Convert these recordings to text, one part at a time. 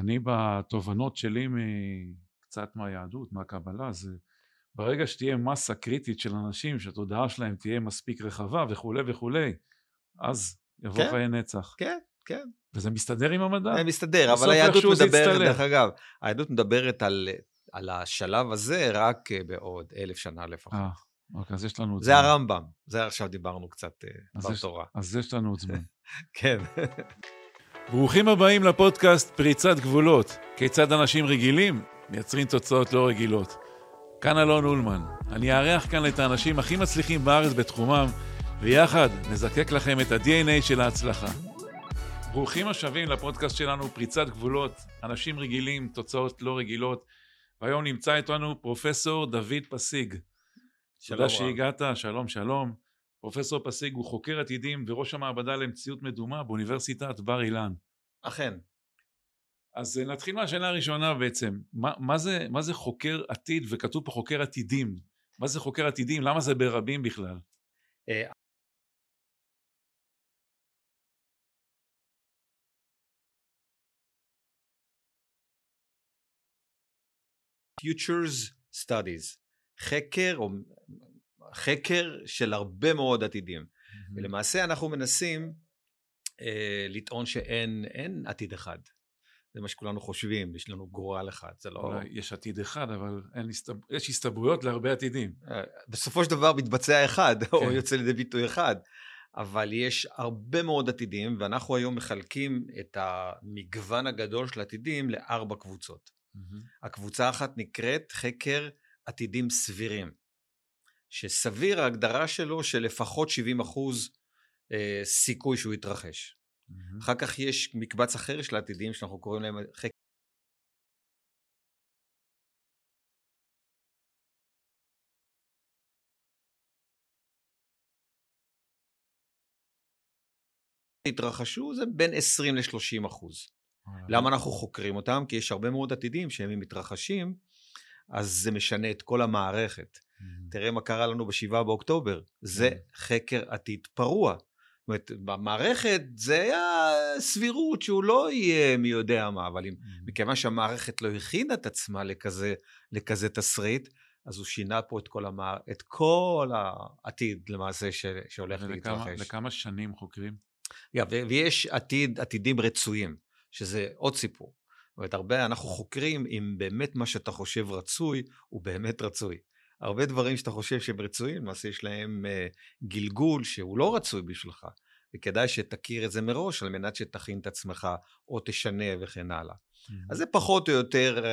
אני בתובנות שלי קצת מהיהדות, מהקבלה, זה ברגע שתהיה מסה קריטית של אנשים, שהתודעה שלהם תהיה מספיק רחבה וכו' וכו', אז יבוא חיי נצח. כן, כן. וזה מסתדר עם המדע. זה מסתדר, אבל היהדות מדברת, דרך אגב, היהדות מדברת על השלב הזה רק בעוד 1,000 שנה לפחות. אוקיי, אז יש לנו עוד זה הרמב"ם, זה עכשיו דיברנו קצת בתורה. אז יש לנו עוד זמן. כן. ברוכים הבאים לפודקאסט פריצת גבולות. כיצד אנשים רגילים מייצרים תוצאות לא רגילות. כאן אלון אולמן. אני אארח כאן את האנשים הכי מצליחים בארץ בתחומם, ויחד נזקק לכם את ה-DNA של ההצלחה. ברוכים השבים לפודקאסט שלנו פריצת גבולות, אנשים רגילים, תוצאות לא רגילות. והיום נמצא איתנו פרופסור דוד פסיג. תודה שהגעת, שלום שלום. פרופסור פסיג הוא חוקר עתידים וראש המעבדה למציאות מדומה באוניברסיטת בר אילן. אכן. אז נתחיל מהשאלה הראשונה בעצם. מה זה חוקר עתיד, וכתוב פה חוקר עתידים? מה זה חוקר עתידים? למה זה ברבים בכלל? Futures Studies. חקר של הרבה מאוד עתידים. ולמעשה אנחנו מנסים לטעון שאין עתיד אחד. זה מה שכולנו חושבים, יש לנו גורל אחד. זה לא... יש עתיד אחד, אבל יש הסתברויות להרבה עתידים. בסופו של דבר מתבצע אחד, או יוצא לידי ביטוי אחד. אבל יש הרבה מאוד עתידים, ואנחנו היום מחלקים את המגוון הגדול של עתידים ל4 קבוצות. הקבוצה האחת נקראת חקר עתידים סבירים. שסביר ההגדרה שלו שלפחות 70% סיכוי שהוא יתרחש. אחר כך יש מקבץ אחר של העתידים שאנחנו קוראים להם חקר התרחשו, זה בין 20 ל-30%. למה אנחנו חוקרים אותם? כי יש הרבה מאוד עתידים שהם מתרחשים, אז זה משנה את כל המערכת. תראה מה קרה לנו ב7 באוקטובר, זה חקר עתיד פרוע. זאת אומרת, במערכת זה היה סבירות שהוא לא יהיה מי יודע מה, אבל מכיוון שהמערכת לא הכינה את עצמה לכזה תסריט, אז הוא שינה פה את כל העתיד למעשה שהולך להתרחש. לכמה שנים חוקרים? ויש עתידים רצויים, שזה עוד סיפור. זאת אומרת, הרבה אנחנו חוקרים אם באמת מה שאתה חושב רצוי, הוא באמת רצוי. הרבה דברים שאתה חושב שהם רצויים, למעשה יש להם גלגול שהוא לא רצוי בשבילך, וכדאי שתכיר את זה מראש, על מנת שתכין את עצמך, או תשנה וכן הלאה. אז זה פחות או יותר,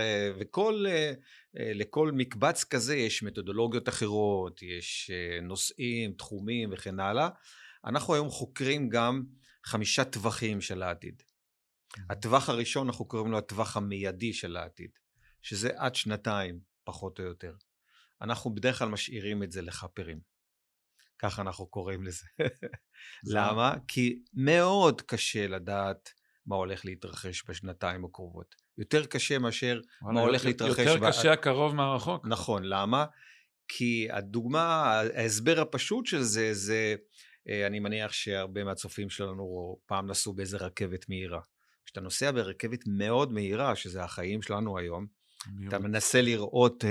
לכל מקבץ כזה יש מתודולוגיות אחרות, יש נושאים, תחומים וכן הלאה. אנחנו היום חוקרים גם 5 טווחים של העתיד. הטווח הראשון אנחנו קוראים לו הטווח המיידי של העתיד, שזה עד 2 פחות או יותר. אנחנו בדרך כלל משאירים את זה לחפרים. ככה אנחנו קוראים לזה. למה? כי מאוד קשה לדעת מה הולך להתרחש בשנתיים הקרובות. יותר קשה מאשר מה הולך להתרחש... יותר קשה הקרוב מהרחוק. נכון, למה? כי הדוגמה, ההסבר הפשוט של זה, אני מניח שהרבה מהצופים שלנו פעם נסעו באיזה רכבת מהירה. כשאתה נוסע ברכבת מאוד מהירה, שזה החיים שלנו היום, אתה מנסה לראות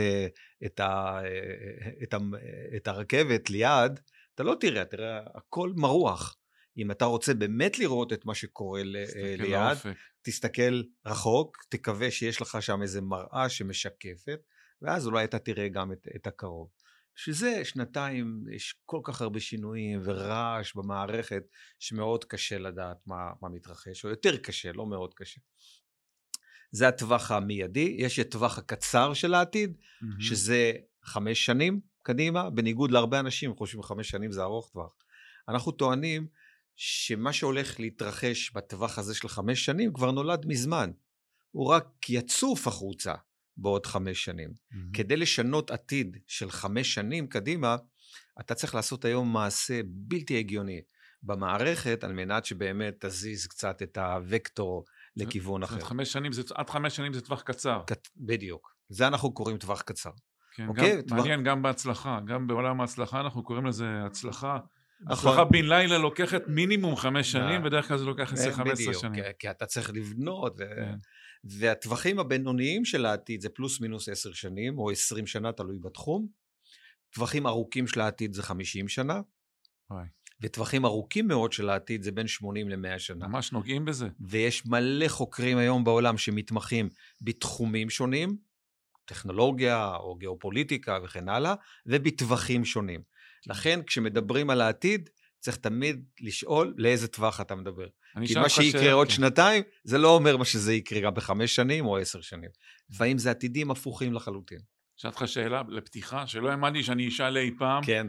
את הרכבת ליד, אתה לא תראה הכל מרוח. אם אתה רוצה באמת לראות את מה שקורה ליד, תסתכל רחוק, תקווה שיש לך שם איזה מראה שמשקפת, ואז אולי אתה תראה גם את הקרוב. שזה 2 יש כל כך הרבה שינויים ורעש במערכת, שמאוד קשה לדעת מה מתרחש, או יותר קשה, לא מאוד קשה. זה הטווח המיידי. יש את טווח הקצר של העתיד, שזה 5 שנים קדימה, בניגוד להרבה אנשים חושבים 5 שנים זה ארוך טווח. אנחנו טוענים שמה שהולך להתרחש בטווח הזה של 5 שנים כבר נולד מזמן. הוא רק יצוף החוצה בעוד 5 שנים. כדי לשנות עתיד של 5 שנים קדימה, אתה צריך לעשות היום מעשה בלתי הגיוני במערכת, על מנת שבאמת תזיז קצת את הוקטור לכיוון אחר. עד 5 שנים זה טווח קצר. בדיוק. זה אנחנו קוראים טווח קצר. מעניין גם בהצלחה, גם בעולם ההצלחה אנחנו קוראים לזה הצלחה. הצלחה בן לילה לוקחת מינימום 5 שנים, בדרך כלל זה לוקח 10-15 שנים. כי אתה צריך לבנות, והטווחים הבינוניים של העתיד זה פלוס מינוס 10 שנים, או 20 שנה, תלוי בתחום. טווחים ארוכים של העתיד זה 50 שנה. וטווחים ארוכים מאוד של העתיד זה בין 80 ל-100 שנה. ממש נוגעים בזה. ויש מלא חוקרים היום בעולם שמתמחים בתחומים שונים, טכנולוגיה או גיאופוליטיקה וכן הלאה, ובטווחים שונים. לכן כשמדברים על העתיד, צריך תמיד לשאול לאיזה טווח אתה מדבר. כי מה שיקרה עוד שנתיים, זה לא אומר מה שזה יקרה גם ב5 שנים או 10 שנים. לפעמים זה עתידים הפוכים לחלוטין. שאלת לך שאלה לפתיחה, שלא האמנתי שאני אשאל אי פעם. כן.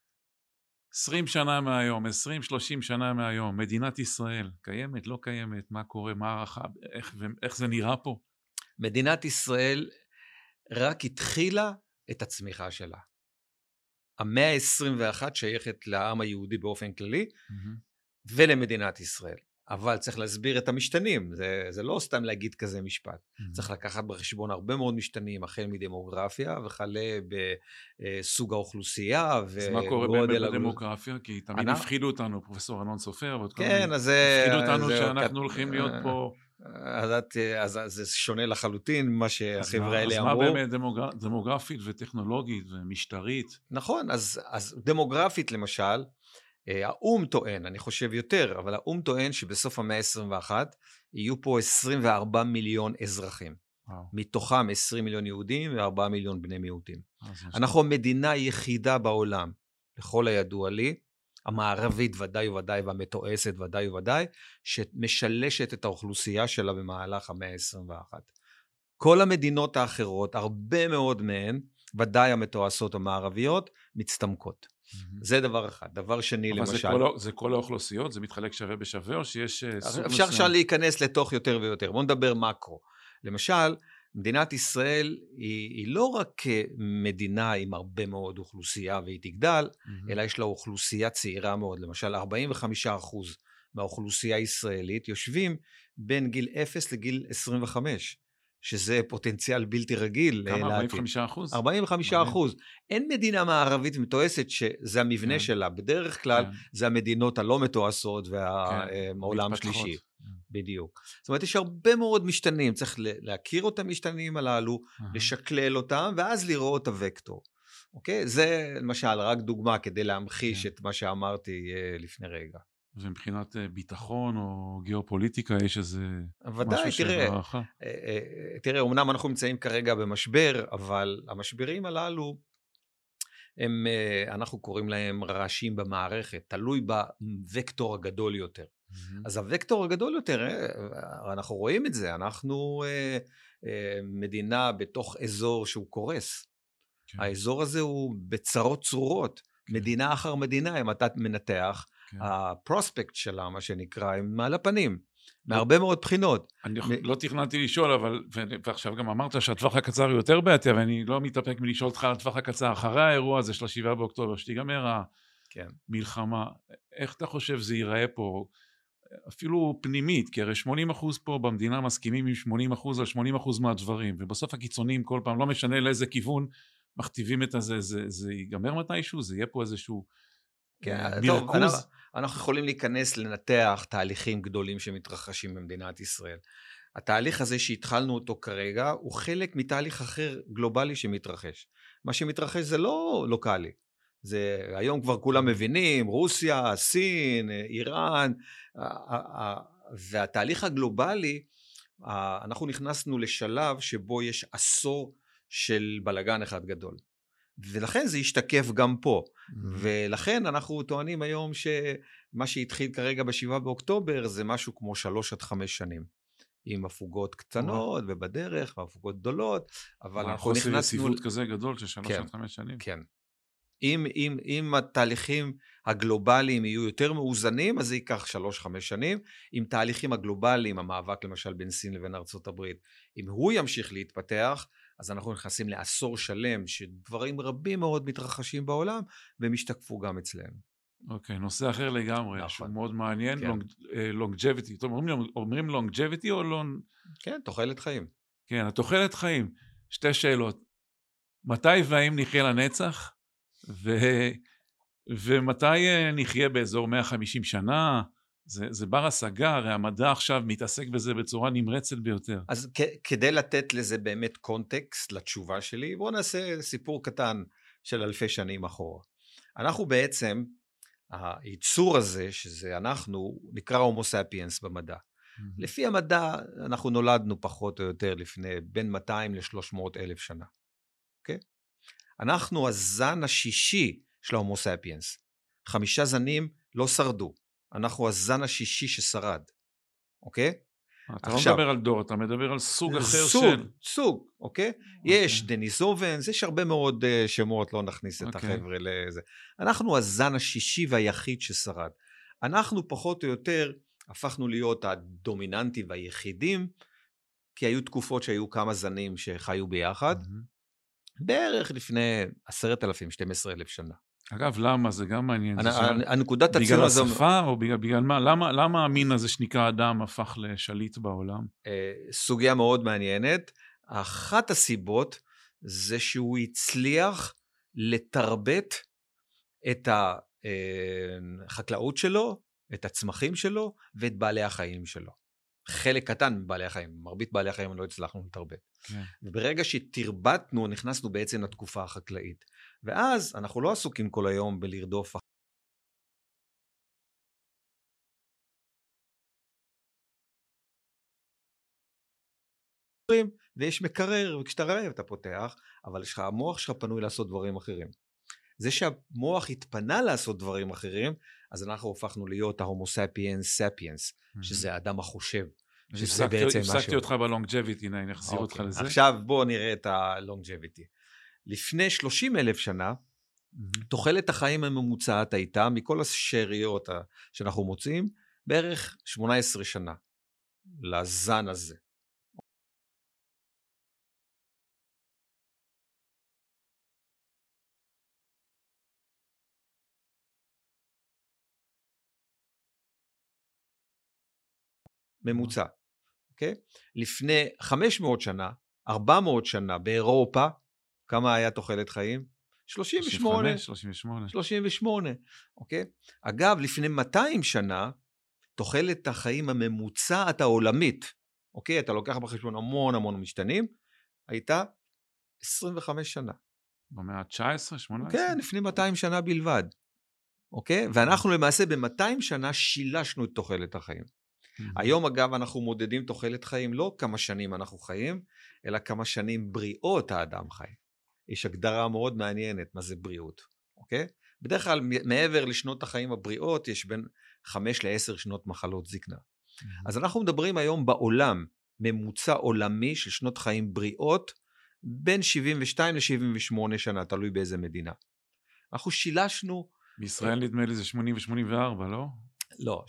20 שנה מהיום, 20-30 שנה מהיום, מדינת ישראל קיימת, לא קיימת, מה קורה, מה הערכה, איך זה נראה פה? מדינת ישראל רק התחילה את הצמיחה שלה. המאה ה-21 שייכת לעם היהודי באופן כללי, ולמדינת ישראל. אבל צריך להסביר את המשתנים, זה לא סתם להגיד כזה משפט. צריך לקחת בחשבון הרבה מאוד משתנים, החל מדמוגרפיה, וכלה בסוג האוכלוסייה. אז מה קורה באמת בדמוגרפיה? כי תמיד הפחידו אותנו, פרופסור אלון סופר, כן, אז הפחידו אותנו שאנחנו הולכים להיות פה. אז זה שונה לחלוטין מה שהחבר'ה האלה אמרו. אז מה באמת דמוגרפית וטכנולוגית ומשטרית? נכון, אז דמוגרפית למשל, האום טוען, אני חושב יותר, אבל האום טוען שבסוף המאה ה-21 יהיו פה 24 מיליון אזרחים. מתוכם 20 מיליון יהודים ו4 מיליון בני מיעוטים. אנחנו מדינה יחידה בעולם, לכל הידוע לי, המערבית ודאי וודאי והמתועסת ודאי וודאי, שמשלשת את האוכלוסייה שלה במהלך המאה ה-21. כל המדינות האחרות, הרבה מאוד מהן, ודאי המתועסות המערביות, מצטמקות. זה דבר אחד. דבר שני, למשל... אבל זה כל האוכלוסיות? זה מתחלק שווה בשווה, או שיש סוג מסוים? אפשר להיכנס לתוך יותר ויותר. בואו נדבר מקרו. למשל, מדינת ישראל היא לא רק מדינה עם הרבה מאוד אוכלוסייה והיא תגדל, אלא יש לה אוכלוסייה צעירה מאוד. למשל, 45% מהאוכלוסייה הישראלית יושבים בין גיל 0 לגיל 25. שזה פוטנציאל בלתי רגיל. כמה? 45%? 45%. אין מדינה מערבית מתועסת שזה המבנה שלה. בדרך כלל זה המדינות הלא מתועסות והעולם השלישי. בדיוק. זאת אומרת, יש הרבה מאוד משתנים. צריך להכיר את המשתנים הללו, לשקלל אותם, ואז לראות את הוקטור. אוקיי? זה למשל רק דוגמה כדי להמחיש את מה שאמרתי לפני רגע. ומבחינת ביטחון או גיאופוליטיקה יש איזה משהו שבערכה? תראה, אמנם אנחנו נמצאים כרגע במשבר, אבל המשברים הללו, אנחנו קוראים להם רעשים במערכת, תלוי בווקטור הגדול יותר. אז הוקטור הגדול יותר, אנחנו רואים את זה, אנחנו מדינה בתוך אזור שהוא קורס. האזור הזה הוא בצרות צרורות, מדינה אחר מדינה, אם אתה מנתח, הפרוספקט שלה, מה שנקרא, הם מעל הפנים, מהרבה מאוד בחינות. אני לא תכננתי לשאול, אבל, ועכשיו גם אמרת שהטווח הקצר הוא יותר בעייתי, אבל אני לא מתאפק מלשאול אותך על הטווח הקצר, אחרי האירוע הזה של 7 באוקטובר, שתיגמר המלחמה, איך אתה חושב זה ייראה פה, אפילו פנימית, כי הרי 80% פה במדינה מסכימים עם 80% על 80% מהדברים, ובסוף הקיצונים כל פעם, לא משנה לאיזה כיוון, מכתיבים את הזה, זה ייגמר מתישהו, זה יהיה פה איזשהו מרכוז. אנחנו יכולים להיכנס לנתח תהליכים גדולים שמתרחשים במדינת ישראל. התהליך הזה שהתחלנו אותו כרגע, הוא חלק מתהליך אחר גלובלי שמתרחש. מה שמתרחש זה לא לוקלי. זה היום כבר כולם מבינים, רוסיה, סין, איראן, והתהליך הגלובלי, אנחנו נכנסנו לשלב שבו יש עשור של בלגן אחד גדול. ולכן זה ישתקף גם פה. ולכן אנחנו טוענים היום שמה שהתחיל כרגע ב7 באוקטובר זה משהו כמו 3 עד 5 שנים. עם הפוגות קטנות ובדרך, והפוגות גדולות, אבל אנחנו נכנסנו... חוסר יציבות כזה גדול של 3 עד 5 שנים. כן. אם התהליכים הגלובליים יהיו יותר מאוזנים, אז זה ייקח 3-5 שנים. אם תהליכים הגלובליים, המאבק למשל בין סין לבין ארצות הברית, אם הוא ימשיך להתפתח, אז אנחנו נכנסים לעשור שלם, שדברים רבים מאוד מתרחשים בעולם, והם ישתקפו גם אצלנו. אוקיי, נושא אחר לגמרי, שהוא מאוד מעניין, longevity. אומרים longevity או long... כן, תוחלת חיים. כן, התוחלת חיים. 2 שאלות. מתי והאם נחיה לנצח? ומתי נחיה באזור 150 שנה? זה בר השגה, הרי המדע עכשיו מתעסק בזה בצורה נמרצת ביותר. אז כדי לתת לזה באמת קונטקסט לתשובה שלי, בואו נעשה סיפור קטן של אלפי שנים אחורה. אנחנו בעצם, הייצור הזה, שזה אנחנו, נקרא הומו ספיאנס במדע. לפי המדע, אנחנו נולדנו פחות או יותר לפני בין 200 ל-300 אלף שנה. אוקיי? אנחנו הזן השישי של ההומו ספיאנס. 5 זנים לא שרדו. אנחנו הזן השישי ששרד. אוקיי? אתה עכשיו, לא מדבר על דור, אתה מדבר על סוג אחר של... סוג, אוקיי? יש דניסובנס, יש הרבה מאוד שמות, לא נכניס את החבר'ה לזה. אנחנו הזן השישי והיחיד ששרד. אנחנו פחות או יותר הפכנו להיות הדומיננטי והיחידים, כי היו תקופות שהיו כמה זנים שחיו ביחד, בערך לפני 10,000, 12,000 שנה. אגב, למה? זה גם מעניין. הנקודת בגלל השפה או בגלל מה? למה המין הזה שנקרא אדם הפך לשליט בעולם? סוגיה מאוד מעניינת. אחת הסיבות זה שהוא הצליח לתרבט את החקלאות שלו, את הצמחים שלו ואת בעלי החיים שלו. חלק קטן מבעלי החיים, מרבית בעלי החיים לא הצלחנו לתרבט. כן. וברגע שתרבטנו, נכנסנו בעצם לתקופה החקלאית. ואז אנחנו לא עסוקים כל היום בלרדוף אחרים, ויש מקרר, וכשאתה רעב אתה פותח, אבל המוח שלך פנוי לעשות דברים אחרים. זה שהמוח התפנה לעשות דברים אחרים, אז אנחנו הפכנו להיות ההומו ספיאנס ספיאנס, שזה האדם החושב. שזה בעצם משהו. הפסקתי אותך בלונג'ביטי, נחזיר אותך לזה. עכשיו בואו נראה את הלונג'ביטי. לפני 30,000 שנה, תוחלת החיים הממוצעת הייתה, מכל השאריות שאנחנו מוצאים, בערך 18 שנה לזן הזה. ממוצע, אוקיי? לפני 500 שנה, 400 שנה באירופה, כמה היה תוחלת חיים? 38, אוקיי? אגב, לפני 200 שנה, תוחלת החיים הממוצעת העולמית, אוקיי? אתה לוקח בחשבון המון משתנים, הייתה 25 שנה. במאה ה-19, 18? כן, לפני 200 שנה בלבד, אוקיי? ואנחנו למעשה ב-200 שנה שילשנו את תוחלת החיים. היום אגב אנחנו מודדים תוחלת חיים לא כמה שנים אנחנו חיים, אלא כמה שנים בריאות האדם חי. יש הגדרה מאוד מעניינת מה זה בריאות, אוקיי? בדרך כלל מעבר לשנות החיים הבריאות יש בין 5 ל-10 שנות מחלות זקנה. אז אנחנו מדברים היום בעולם ממוצע עולמי של שנות חיים בריאות בין 72 ל-78 שנה, תלוי באיזה מדינה. אנחנו שילשנו... בישראל נדמה לי זה 80 ו-84, לא? לא,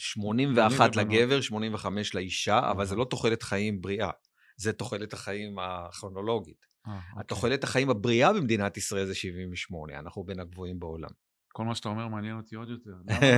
81 לגבר, 85 לאישה, אבל זה לא תוחלת חיים בריאה, זה תוחלת החיים הכרונולוגית. התוחלת החיים הבריאה במדינת ישראל זה 78, אנחנו בין הגבוהים בעולם. כל מה שאתה אומר מעניין אותי עוד יותר.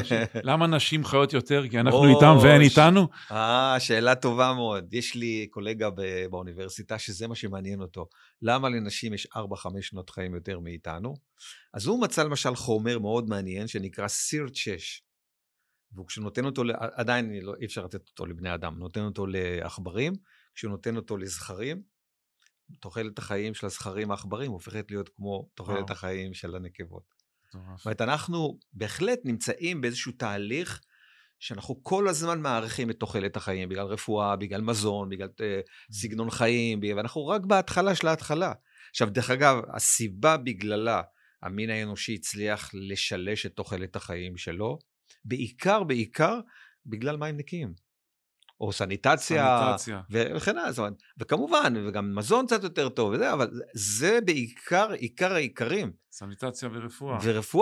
למה נשים חיות יותר? כי אנחנו איתם והן איתנו? שאלה טובה מאוד. יש לי קולגה באוניברסיטה שזה מה שמעניין אותו. למה לנשים יש 4-5 שנות חיים יותר מאיתנו? אז הוא מצא למשל חומר מאוד מעניין שנקרא סירט 6. וכשהוא נותן אותו, עדיין אי אפשר לתת אותו לבני אדם, נותן אותו לעכברים, כשהוא נותן אותו לזכרים, תוחלת החיים של הזכרים העכברים הופכת להיות כמו תוחלת החיים של הנקבות. זאת אומרת, אנחנו בהחלט נמצאים באיזשהו תהליך, שאנחנו כל הזמן מעריכים את תוחלת החיים, בגלל רפואה, בגלל מזון, בגלל סגנון חיים, ואנחנו רק בהתחלה של ההתחלה. עכשיו, דרך אגב, הסיבה בגללה, המין האנושי הצליח לשלש את תוחלת החיים שלו, בעיקר בגלל מים נקיים, או סניטציה. וכן הלאה, וכמובן, וגם מזון קצת יותר טוב, וזה, אבל זה עיקר העיקרים. סניטציה ורפואה.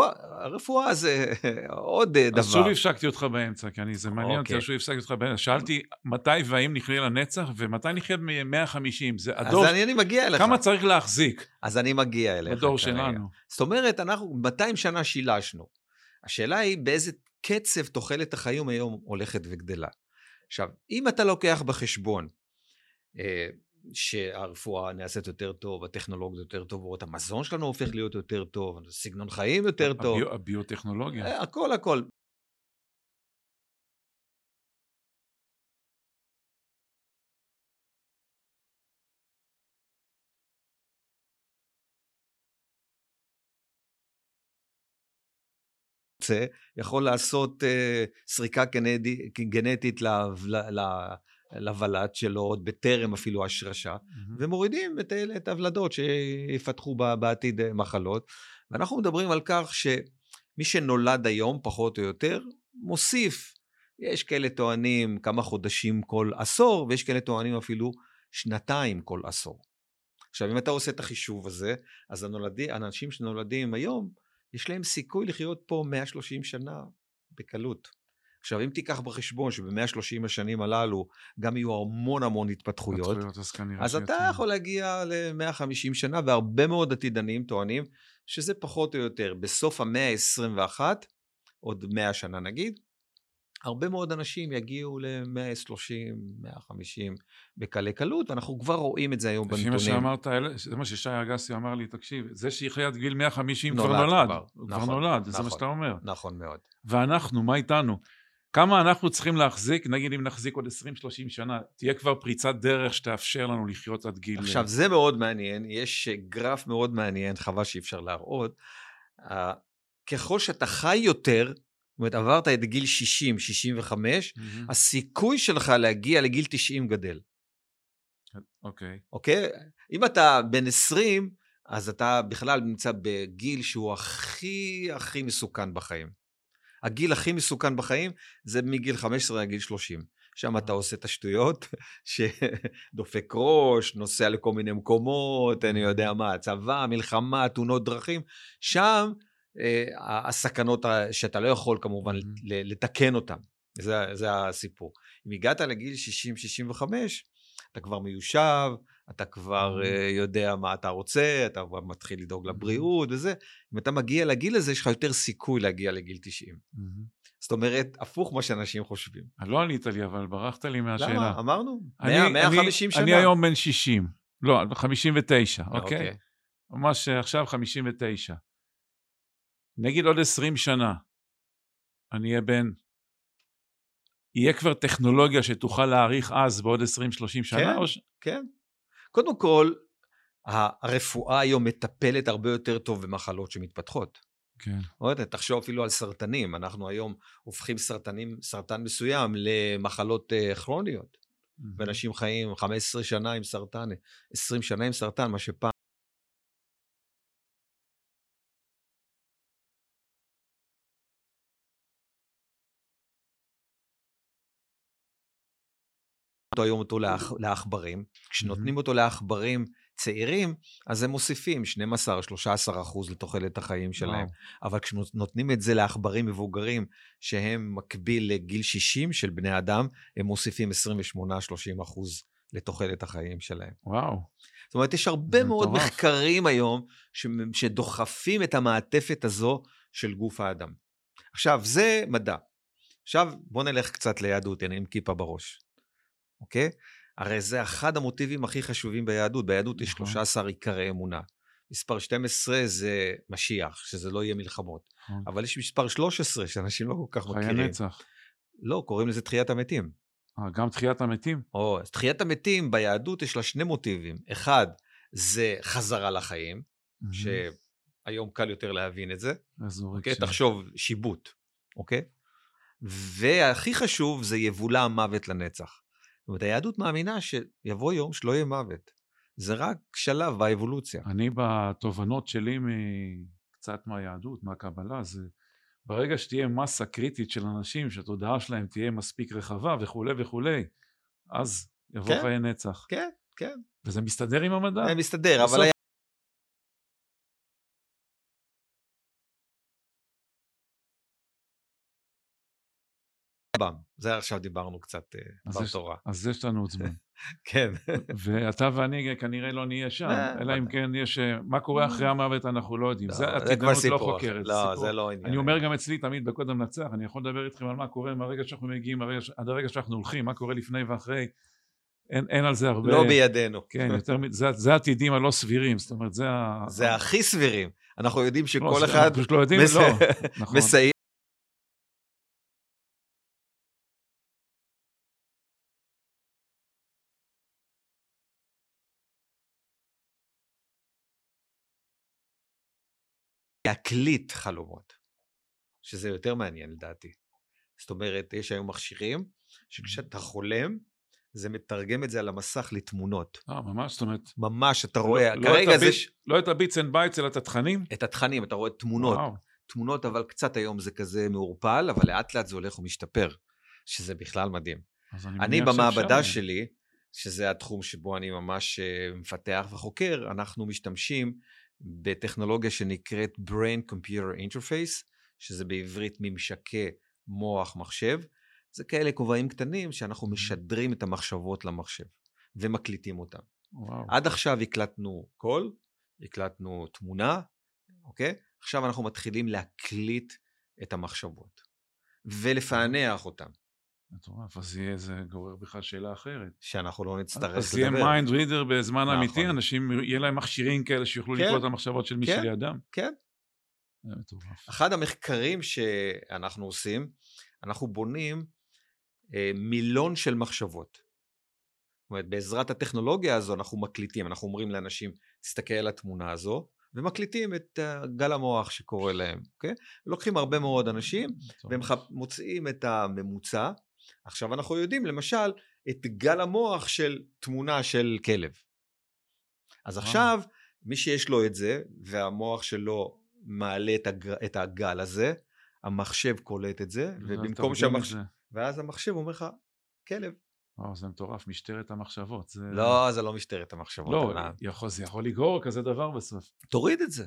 הרפואה זה עוד דבר. אז שוב הפסקתי אותך באמצע, כי זה מעניין אותי, שוב הפסקתי אותך באמצע. שאלתי מתי והאם נחיה לנצח, ומתי נחיה ב-150. אז אני מגיע אליך. כמה צריך להחזיק? אז אני מגיע אליך. בדור שלנו. זאת אומרת, אנחנו 200 שנה שילשנו. השאלה היא באיזה קצב תוחלת החיים היום הולכת וגדלה. עכשיו, אם אתה לוקח בחשבון שהרפואה נעשית יותר טוב, הטכנולוגיה יותר טובות, המזון שלנו הופך להיות יותר טוב, סגנון חיים יותר טוב. הביוטכנולוגיה. הכל. יכול לעשות סריקה גנטית לוולד שלו, עוד בטרם אפילו השרשה, ומורידים את הוולדות שיפתחו בעתיד מחלות. ואנחנו מדברים על כך שמי שנולד היום, פחות או יותר, מוסיף. יש כאלה טוענים כמה חודשים כל עשור, ויש כאלה טוענים אפילו שנתיים כל עשור. עכשיו, אם אתה עושה את החישוב הזה, אז האנשים שנולדים היום, יש להם סיכוי לחיות פה 130 שנה בקלות. עכשיו, אם תיקח בחשבון שב-130 השנים הללו גם יהיו המון התפתחויות, אז אתה יכול להגיע ל-150 שנה, והרבה מאוד עתידנים טוענים שזה פחות או יותר בסוף המאה ה-21, עוד 100 שנה נגיד, הרבה מאוד אנשים יגיעו ל-130, 150 בקלי קלות, ואנחנו כבר רואים את זה היום בנתונים. לפי מה שאמרת, זה מה ששי אגסי אמר לי, תקשיב, זה שיחיה עד גיל 150 כבר נולד. הוא כבר נולד, זה מה שאתה אומר. נכון מאוד. ואנחנו, מה איתנו? כמה אנחנו צריכים להחזיק, נגיד אם נחזיק עוד 20-30 שנה, תהיה כבר פריצת דרך שתאפשר לנו לחיות עד גיל... עכשיו, זה מאוד מעניין, יש גרף מאוד מעניין, חבל שאי אפשר להראות, ככל שאתה חי יותר, זאת אומרת, עברת את גיל 60, 65, הסיכוי שלך להגיע לגיל 90 גדל. אוקיי? אם אתה בן 20, אז אתה בכלל נמצא בגיל שהוא הכי מסוכן בחיים. הגיל הכי מסוכן בחיים זה מגיל 15 לגיל 30. שם אתה עושה את השטויות, שדופק ראש, נוסע לכל מיני מקומות, אני יודע מה, צבא, מלחמה, תאונות דרכים, שם הסכנות שאתה לא יכול כמובן לתקן אותן. זה הסיפור. אם הגעת לגיל 60-65, אתה כבר מיושב, אתה כבר יודע מה אתה רוצה, אתה כבר מתחיל לדאוג לבריאות וזה. אם אתה מגיע לגיל הזה, יש לך יותר סיכוי להגיע לגיל 90. זאת אומרת, הפוך מה שאנשים חושבים. לא ענית לי, אבל ברחת לי מהשאלה. למה? אמרנו? 150 שנה. אני היום בן 60. לא, 59, אוקיי? ממש עכשיו 59. נגיד עוד 20 שנה, אני אהיה יהיה כבר טכנולוגיה שתוכל להאריך אז בעוד 20-30 שנה? כן. קודם כל, הרפואה היום מטפלת הרבה יותר טוב במחלות שמתפתחות. כן. תחשוב אפילו על סרטנים, אנחנו היום הופכים סרטן מסוים למחלות כרוניות, ואנשים חיים 15 שנה עם סרטן, 20 שנה עם סרטן, מה שפעם. היום אותו לאחברים, כשנותנים אותו לאחברים צעירים, אז הם מוסיפים 12-13% לתוחלת החיים שלהם, אבל כשנותנים את זה לאחברים מבוגרים, שהם מקביל לגיל 60 של בני אדם, הם מוסיפים 28-30% לתוחלת החיים שלהם. וואו. זאת אומרת, יש הרבה מאוד מחקרים היום, שדוחפים את המעטפת הזו של גוף האדם. עכשיו, זה מדע. עכשיו, בוא נלך קצת ליהדות, אני עם כיפה בראש. אוקיי? הרי זה אחד המוטיבים הכי חשובים ביהדות. ביהדות יש 13 עיקרי אמונה. מספר 12 זה משיח, שזה לא יהיה מלחמות. אבל יש מספר 13 שאנשים לא כל כך מכירים. חיי נצח. לא, קוראים לזה תחיית המתים. גם תחיית המתים? אז תחיית המתים ביהדות יש לה שני מוטיבים. אחד, זה חזרה לחיים, שהיום קל יותר להבין את זה. אוקיי? תחשוב, שיבוט. אוקיי? והכי חשוב זה יבולה המוות לנצח. זאת אומרת, היהדות מאמינה שיבוא יום שלא יהיה מוות. זה רק שלב באבולוציה. אני בתובנות שלי קצת מהיהדות, מהקבלה, זה ברגע שתהיה מסה קריטית של אנשים, שהתודעה שלהם תהיה מספיק רחבה וכו' וכו', אז יבוא חיי נצח. כן, כן. וזה מסתדר עם המדע. זה מסתדר, אבל... זה עכשיו דיברנו קצת בתורה. אז יש לנו עוד זמן. כן. ואתה ואני כנראה לא נהיה שם, אלא אם כן יש, מה קורה אחרי המוות אנחנו לא יודעים. זה עתידנות לא חוקרת. לא, זה לא עניין. אני אומר גם אצלי תמיד בקודם לנצח, אני יכול לדבר איתכם על מה קורה מהרגע שאנחנו מגיעים, עד הרגע שאנחנו הולכים, מה קורה לפני ואחרי, אין על זה הרבה. לא בידינו. כן, זה העתידים הלא סבירים, זאת אומרת, זה הכי סבירים. אנחנו יודעים שכל אחד מסיים. להקליט חלומות. שזה יותר מעניין לדעתי. זאת אומרת, יש היום מכשירים, שכשאתה חולם, זה מתרגם את זה על המסך לתמונות. ממש, זאת אומרת. ממש, אתה רואה, כרגע זה... לא את הביטס אנד בייטס, אלא את התכנים? את התכנים, אתה רואה תמונות. תמונות, אבל קצת היום זה כזה מעורפל, אבל לאט לאט זה הולך ומשתפר, שזה בכלל מדהים. אני במעבדה שלי, שזה התחום שבו אני ממש מפתח וחוקר, אנחנו משתמשים בטכנולוגיה שנקראת Brain Computer Interface, שזה בעברית ממשקי מוח מחשב, זה כאלה כובעים קטנים שאנחנו משדרים את המחשבות למחשב, ומקליטים אותם. וואו. עד עכשיו הקלטנו קול, הקלטנו תמונה, אוקיי? עכשיו אנחנו מתחילים להקליט את המחשבות, ולפענח אותם. מטורף, אז זה גורר בכלל שאלה אחרת. שאנחנו לא נצטרך לדבר. אז יהיה מיינד רידר בזמן אמיתי, אנשים, יהיה להם מכשירים כאלה שיוכלו לקרוא את המחשבות של מי שלידם. כן. זה מטורף. אחד המחקרים שאנחנו עושים, אנחנו בונים מילון של מחשבות. זאת אומרת, בעזרת הטכנולוגיה הזו אנחנו מקליטים, אנחנו אומרים לאנשים, תסתכל על התמונה הזו, ומקליטים את גל המוח שקורה להם, אוקיי? לוקחים הרבה מאוד אנשים, והם מוצאים את הממוצע. עכשיו אנחנו יודעים, למשל, את גל המוח של תמונה של כלב. אז עכשיו, מי שיש לו את זה, והמוח שלו מעלה את הגל הזה, המחשב קולט את זה, ובמקום שהמחשב... ואז המחשב אומר לך, כלב. זה מטורף, משטרת המחשבות. לא, זה לא משטרת המחשבות. לא, זה יכול לגרור כזה דבר בסוף. תוריד את זה.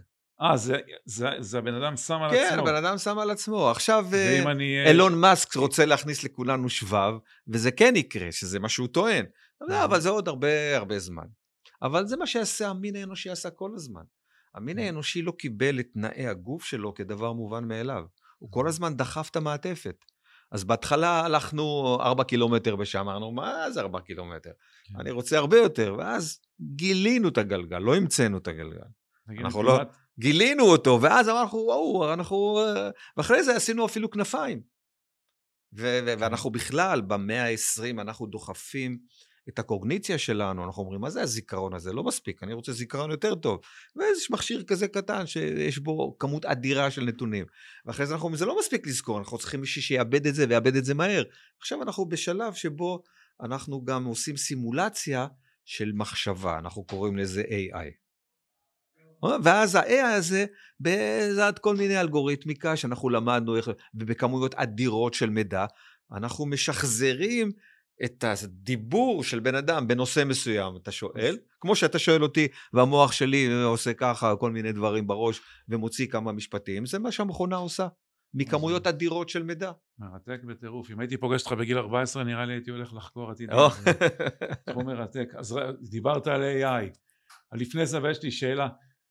זה הבן אדם שם על עצמו. כן, הבן אדם שם על עצמו. עכשיו אילון מאסק רוצה להכניס לכולנו שבב, וזה כן יקרה, שזה מה שהוא טוען. אבל זה עוד הרבה זמן. אבל זה מה שעשה המין האנושי עשה כל הזמן. המין האנושי לא קיבל את תנאי הגוף שלו כדבר מובן מאליו. הוא כל הזמן דחף את המעטפת. אז בהתחלה הלכנו 4 קילומטר בשעה, אמרנו, מה זה 4 קילומטר? אני רוצה הרבה יותר, ואז גילינו את הגלגל, לא המצאנו את הגלגל. אנחנו לא, גילינו אותו, ואז אמרנו, וואו, ואחרי זה עשינו אפילו כנפיים. ואנחנו בכלל, במאה ה-20, אנחנו דוחפים את הקוגניציה שלנו, אנחנו אומרים, מה זה הזיכרון הזה? לא מספיק, אני רוצה זיכרון יותר טוב. ויש מכשיר כזה קטן, שיש בו כמות אדירה של נתונים. ואחרי זה אנחנו אומרים, זה לא מספיק לזכור, אנחנו צריכים מישהו שיאבד את זה, ויאבד את זה מהר. עכשיו אנחנו בשלב שבו אנחנו גם עושים סימולציה של מחשבה, אנחנו קוראים לזה AI. ואז ה-AI הזה, בעזרת כל מיני אלגוריתמיקה, שאנחנו למדנו, ובכמויות אדירות של מידע, אנחנו משחזרים את הדיבור של בן אדם בנושא מסוים, אתה שואל, כמו שאתה שואל אותי, והמוח שלי עושה ככה, כל מיני דברים בראש, ומוציא כמה משפטים, זה מה שהמכונה עושה, מכמויות אדירות של מידע. מרתק בטירוף, אם הייתי פוגש אותך בגיל 14, נראה לי הייתי הולך לחקור עתיד. תחום מרתק, אז דיברת על AI, לפני זה ויש לי שאלה,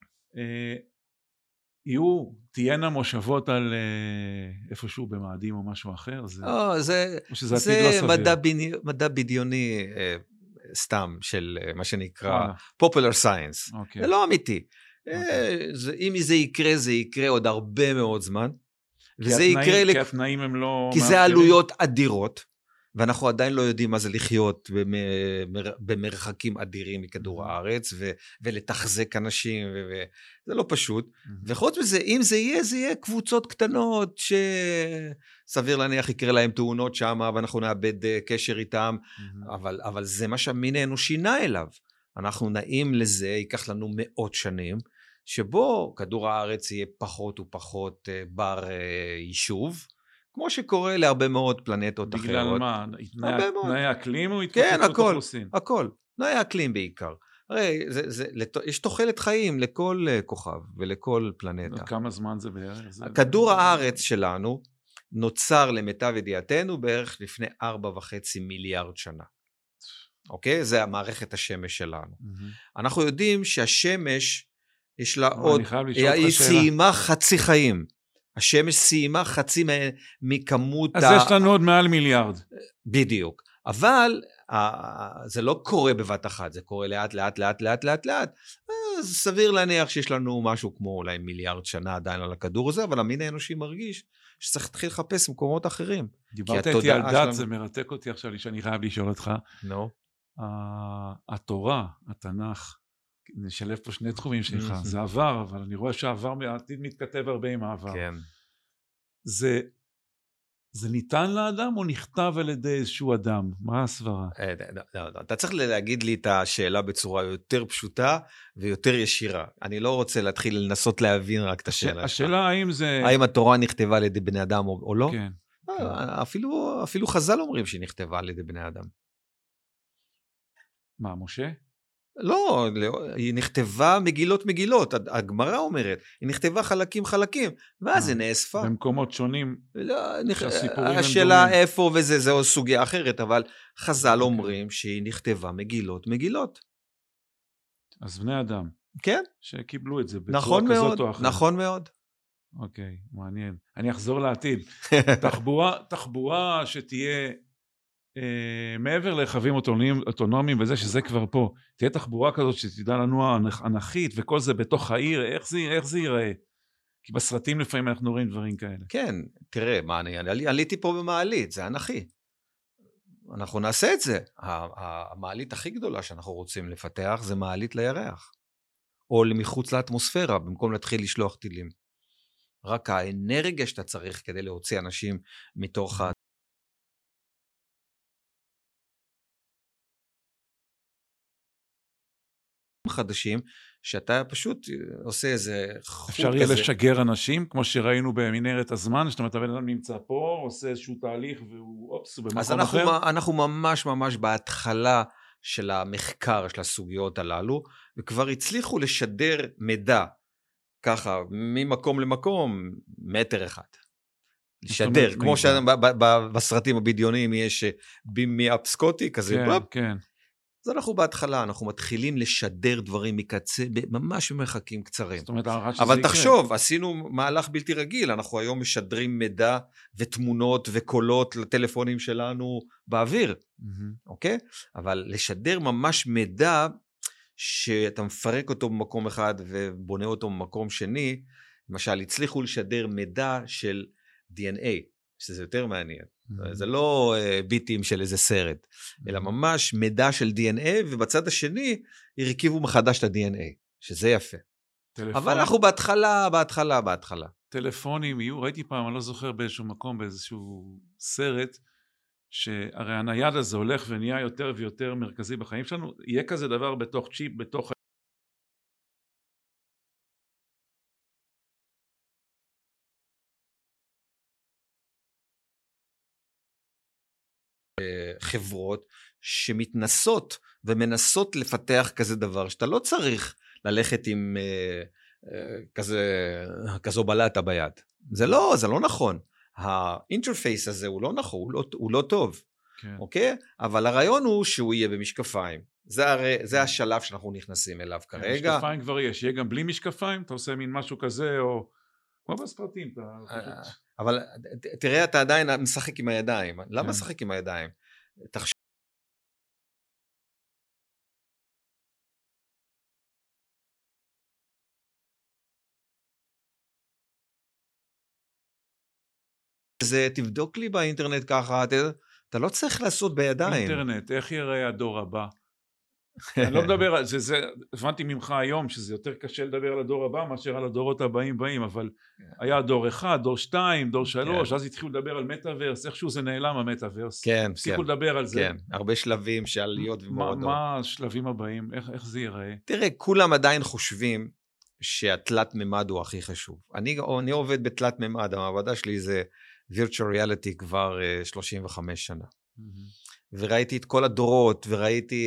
תהיינה מושבות על איפשהו במאדים או משהו אחר? זה מדע בדיוני סתם של מה שנקרא popular science. זה לא אמיתי. אם זה יקרה, זה יקרה עוד הרבה מאוד זמן. כי התנאים הם לא... כי זה עלויות אדירות. ואנחנו עדיין לא יודעים מה זה לחיות במרחקים אדירים מכדור הארץ, ולתחזק אנשים, זה לא פשוט. וחוץ מזה, אם זה יהיה קבוצות קטנות, שסביר להניח יקרה להם תאונות שם, ואנחנו נאבד קשר איתם, אבל זה מה שהמין האנושי נע אליו. אנחנו נעים לזה, ייקח לנו מאות שנים, שבו כדור הארץ יהיה פחות ופחות בר יישוב, כמו שקורה להרבה מאוד פלנטות אחרות. בגלל מה? תנאי האקלים או התפוצצות אוכלוסין? כן, הכל. תנאי האקלים בעיקר. הרי יש תוחלת חיים לכל כוכב ולכל פלנטה. כמה זמן זה בערך? כדור הארץ שלנו נוצר למיטב ידיעתנו בערך לפני 4.5 מיליארד שנה. אוקיי? זה המערכת השמש שלנו. אנחנו יודעים שהשמש יש לה עוד, היא סיימה חצי חיים. השמש סיימה חצי מכמות... אז יש לנו עוד מעל מיליארד. בדיוק. אבל זה לא קורה בבת אחת, זה קורה לאט. אז סביר להניח שיש לנו משהו כמו אולי מיליארד שנה עדיין על הכדור הזה, אבל המין האנושי מרגיש שצריך להתחיל לחפש מקומות אחרים. דיברת איתי על דת, זה מרתק אותי עכשיו שאני חייב לשאול אותך. נו. התורה, התנ"ך, נשלב פה שני תחומים שלך, זה עבר, אבל אני רואה שהעבר העתיד מתכתב הרבה עם העבר. כן. זה ניתן לאדם או נכתב על ידי איזשהו אדם? מה הסברה? אתה צריך להגיד לי את השאלה בצורה יותר פשוטה ויותר ישירה. אני לא רוצה להתחיל לנסות להבין רק את השאלה שלך. השאלה האם זה... האם התורה נכתבה על ידי בני אדם או לא? כן. אפילו חז"ל אומרים שהיא נכתבה על ידי בני אדם. מה, משה? לא, היא נכתבה מגילות, הגמרא אומרת, היא נכתבה חלקים, ואז זה נאספה. במקומות שונים, שהסיפורים הם השאלה דומים. איפה וזה, זו סוגיה אחרת, אבל חז"ל אומרים שהיא נכתבה מגילות. אז בני אדם. כן. שקיבלו את זה בצורה כזאת או אחרת. נכון מאוד. אוקיי, מעניין. אני אחזור לעתיד. תחבורה שתהיה... מעבר לרכבים אוטונומיים וזה שזה כבר פה, תהיה תחבורה כזאת שתדע לנוע אנכית וכל זה בתוך העיר, איך זה ייראה? כי בסרטים לפעמים אנחנו רואים דברים כאלה. כן, תראה, אני עליתי פה במעלית, זה אנכי. אנחנו נעשה את זה. המעלית הכי גדולה שאנחנו רוצים לפתח זה מעלית לירח. או מחוץ לאטמוספירה, במקום להתחיל לשלוח טילים. רק האנרגיה שאתה צריך כדי להוציא אנשים מתוך חדשים, שאתה פשוט עושה איזה חוט כזה. אפשר יהיה לשגר אנשים, כמו שראינו במנהרת הזמן, זאת אומרת, הבן אדם נמצא פה, עושה איזשהו תהליך, והוא אופס, הוא במקום אחר. אז אנחנו ממש בהתחלה של המחקר של הסוגיות הללו, וכבר הצליחו לשדר מידע, ככה, ממקום למקום, מטר אחד. לשדר, כמו שבסרטים הבדיוניים יש בימי אפסקוטי, כזה, כן. אז אנחנו בהתחלה, אנחנו מתחילים לשדר דברים מקצה, ממש במרחקים קצרים. זאת אומרת, אבל תחשוב, עשינו מהלך בלתי רגיל, אנחנו היום משדרים מידע ותמונות וקולות לטלפונים שלנו באוויר, אוקיי? אבל לשדר ממש מידע שאתה מפרק אותו במקום אחד ובונה אותו במקום שני, למשל, הצליחו לשדר מידע של DNA, שזה יותר מעניין. זה לא ביטים של איזה סרט, אלא ממש מידע של DNA, ובצד השני הרכיבו מחדש את ה-DNA, שזה יפה. אבל אנחנו בהתחלה. טלפונים יהיו, ראיתי פעם, אני לא זוכר באיזשהו מקום, באיזשהו סרט, שהרי הנייד הזה הולך ונהיה יותר ויותר מרכזי בחיים שלנו, יהיה כזה דבר בתוך צ'יפ, בתוך... חברות שמתנסות ומנסות לפתח כזה דבר, שאתה לא צריך ללכת עם כזו בלטה ביד. זה לא נכון. האינטרפייס הזה הוא לא נכון, הוא לא טוב. כן. אוקיי? אבל הרעיון הוא שהוא יהיה במשקפיים. זה השלב שאנחנו נכנסים אליו כרגע. משקפיים כבר יש, יהיה גם בלי משקפיים? אתה עושה מין משהו כזה, או... כמו בספרטים, אבל תראה, אתה עדיין משחק עם הידיים. למה משחק עם הידיים? תחשוב. תבדוק לי באינטרנט ככה, אתה לא צריך לעשות בידיים. אינטרנט, איך יראה הדור הבא? אני לא מדבר על זה, הבנתי ממך היום שזה יותר קשה לדבר על הדור הבא מאשר על הדורות הבאים, אבל היה דור 1, דור 2, דור 3, אז התחילו לדבר על מטאברס, איכשהו זה נעלם המטאברס. כן. הפסיקו לדבר על זה. כן, הרבה שלבים של עליות ומורדות. מה השלבים הבאים? איך זה ייראה? תראה, כולם עדיין חושבים שהתלת ממד הוא הכי חשוב. אני עובד בתלת ממד, המעבדה שלי זה virtual reality כבר 35 שנה. וראיתי את כל הדורות, וראיתי,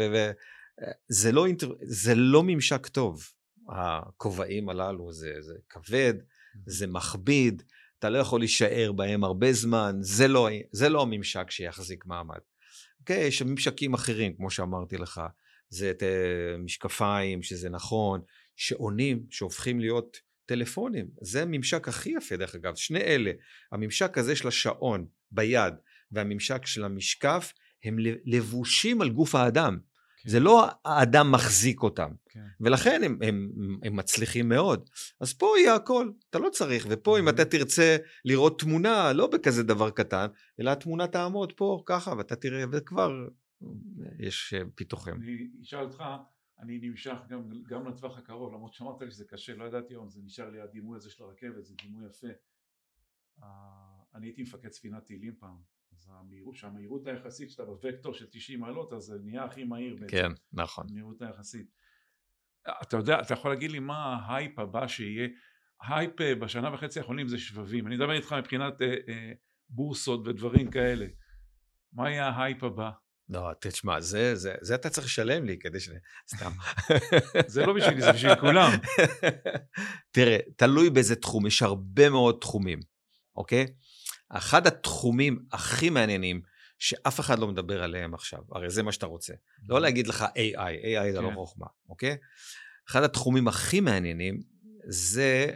זה לא ממשק טוב. הכובעים הללו, זה כבד, זה מכביד, אתה לא יכול להישאר בהם הרבה זמן, זה לא הממשק שיחזיק מעמד. אוקיי, יש ממשקים אחרים, כמו שאמרתי לך, זה משקפיים, שזה נכון, שעונים, שהופכים להיות טלפונים, זה הממשק הכי יפה דרך אגב, שני אלה, הממשק הזה של השעון ביד, והממשק של המשקף, הם לבושים על גוף האדם, כן. זה לא האדם מחזיק אותם, כן. ולכן הם מצליחים מאוד, אז פה יהיה הכל, אתה לא צריך, ופה אם אתה תרצה לראות תמונה, לא בכזה דבר קטן, אלא התמונה תעמוד פה ככה, ואתה תראה, וכבר יש פיתוחים. אני אשאל אותך, אני נמשך גם לטווח הקרוב, למרות שאמרת לי שזה קשה, לא ידעתי היום, זה נשאר לי הדימוי הזה של הרכבת, זה דימוי יפה. אני הייתי מפקד ספינת טילים פעם, אז המהירות היחסית שאתה בווקטור של 90 מעלות, אז זה נהיה הכי מהיר בעצם. כן, נכון. המהירות היחסית. אתה יודע, אתה יכול להגיד לי מה ההייפ הבא שיהיה? ההייפ בשנה וחצי האחרונים זה שבבים. אני מדבר איתך מבחינת בורסות ודברים כאלה. מה יהיה ההייפ הבא? לא, תשמע, זה אתה צריך לשלם לי כדי סתם. זה לא בשבילי, זה בשביל כולם. תראה, תלוי באיזה תחום, יש הרבה מאוד תחומים, אוקיי? אחד התחומים הכי מעניינים, שאף אחד לא מדבר עליהם עכשיו, הרי זה מה שאתה רוצה. לא להגיד לך AI זה לא חוכמה, אוקיי? אחד התחומים הכי מעניינים, זה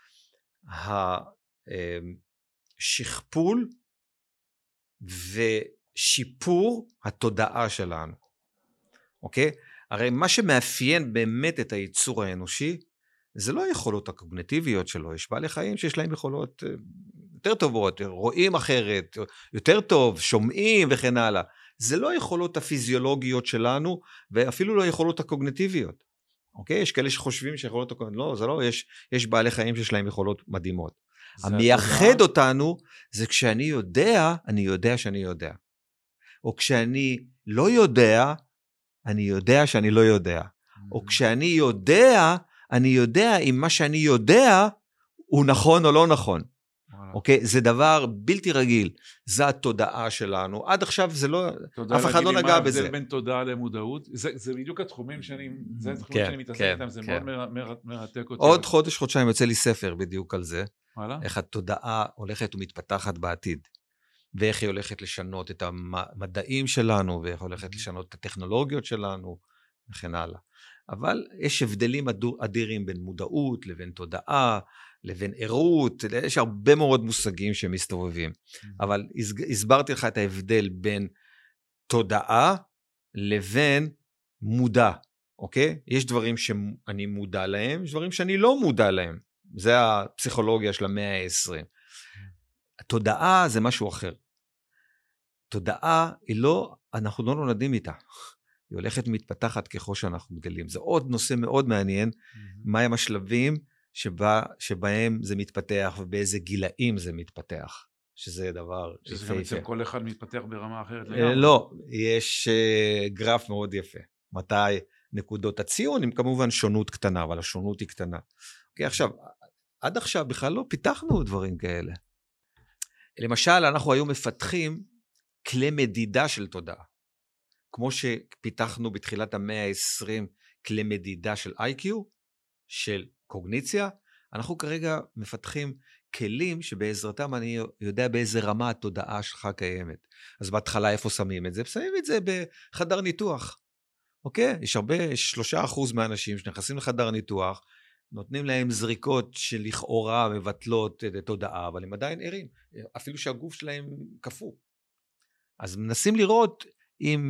השכפול ושיפור התודעה שלנו, אוקיי? הרי מה שמאפיין באמת את היצור האנושי, זה לא היכולות הקוגניטיביות שלו, יש בעלי חיים שיש להם יכולות יותר טובות, רואים אחרת, יותר טוב, שומעים וכן הלאה. זה לא היכולות הפיזיולוגיות שלנו, ואפילו לא היכולות הקוגניטיביות. אוקיי? יש כאלה שחושבים שיכולות הקוגניטיביות, לא, זה לא, יש בעלי חיים שיש להם יכולות מדהימות. המייחד אותנו, זה כשאני יודע, אני יודע שאני יודע. או כשאני לא יודע, אני יודע שאני לא יודע. או כשאני יודע, אני יודע אם מה שאני יודע, הוא נכון או לא נכון. אוקיי? זה דבר בלתי רגיל. זה התודעה שלנו. עד עכשיו זה לא, אף אחד לא נגע בזה. זה בין תודעה למודעות. זה בדיוק התחומים שאני מתעסק איתם, זה מאוד מרתק אותי. עוד חודש, חודשיים יוצא לי ספר בדיוק על זה. איך התודעה הולכת ומתפתחת בעתיד. ואיך היא הולכת לשנות את המדעים שלנו, ואיך הולכת לשנות את הטכנולוגיות שלנו, וכן הלאה. אבל יש הבדלים אדירים בין מודעות לבין תודעה, לבין עירות, יש הרבה מאוד מושגים שמסתובבים. אבל הסברתי לך את ההבדל בין תודעה לבין מודע, אוקיי? יש דברים שאני מודע להם, יש דברים שאני לא מודע להם. זה הפסיכולוגיה של המאה ה-20. התודעה זה משהו אחר. תודעה היא לא, אנחנו לא נולדים איתה. היא הולכת מתפתחת ככל שאנחנו גדלים. זה עוד נושא מאוד מעניין, מהם השלבים שבהם זה מתפתח, ובאיזה גילאים זה מתפתח, שזה דבר יפה. שזה גם אצל כל אחד מתפתח ברמה אחרת. לא, יש גרף מאוד יפה. מתי נקודות הציון, עם כמובן שונות קטנה, אבל השונות היא קטנה. אוקיי, עכשיו, עד עכשיו בכלל לא פיתחנו דברים כאלה. למשל, אנחנו היום מפתחים כלי מדידה של תודעה. כמו שפיתחנו בתחילת המאה ה-20 כלי מדידה של IQ, של קוגניציה, אנחנו כרגע מפתחים כלים שבעזרתם אני יודע באיזה רמה התודעה שלך קיימת. אז בהתחלה איפה שמים את זה? שמים את זה בחדר ניתוח. אוקיי? יש 3% מהאנשים שנכנסים לחדר ניתוח, נותנים להם זריקות שלכאורה מבטלות את התודעה, אבל הם עדיין ערים, אפילו שהגוף שלהם קפוא. אז מנסים לראות אם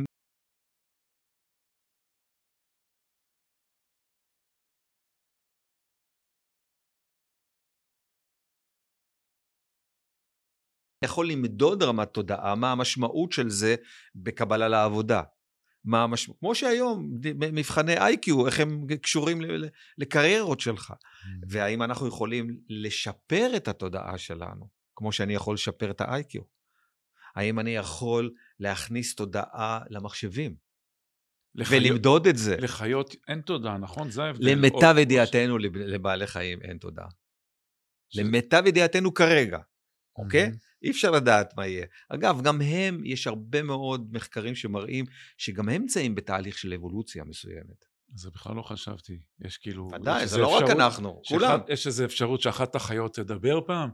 יכול למדוד רמת תודעה, מה המשמעות של זה בקבלה לעבודה. כמו שהיום, מבחני IQ, איך הם קשורים לקריירות שלך. והאם אנחנו יכולים לשפר את התודעה שלנו, כמו שאני יכול לשפר את ה-IQ. האם אני יכול להכניס תודעה למחשבים, ולמדוד את זה. לחיות אין תודעה, נכון? זה ההבדל. למיטב ידיעתנו לבעלי חיים אין תודעה. למיטב ידיעתנו כרגע, אוקיי? אי אפשר לדעת מה יהיה. אגב, גם הם, יש הרבה מאוד מחקרים שמראים שגם הם נמצאים בתהליך של אבולוציה מסוימת. זה בכלל לא חשבתי. יש כאילו... ודאי, זה לא רק אנחנו, כולם. יש איזו אפשרות שאחת החיות תדבר פעם?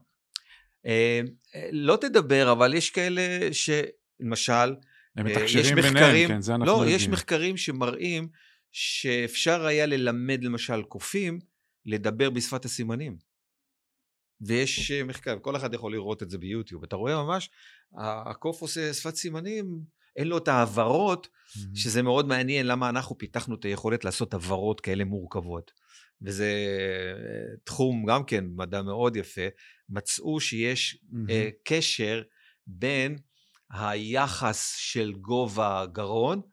לא תדבר, אבל יש כאלה שלמשל, הם מתקשרים ביניהם, כן, זה אנחנו יודעים. לא, יש מחקרים שמראים שאפשר היה ללמד למשל קופים לדבר בשפת הסימנים. ויש מחקר, כל אחד יכול לראות את זה ביוטיוב, אתה רואה ממש, הקוף עושה שפת סימנים, אין לו את העברות, שזה מאוד מעניין, למה אנחנו פיתחנו את היכולת לעשות עברות כאלה מורכבות, וזה תחום גם כן, מדע מאוד יפה, מצאו שיש קשר בין היחס של גובה הגרון,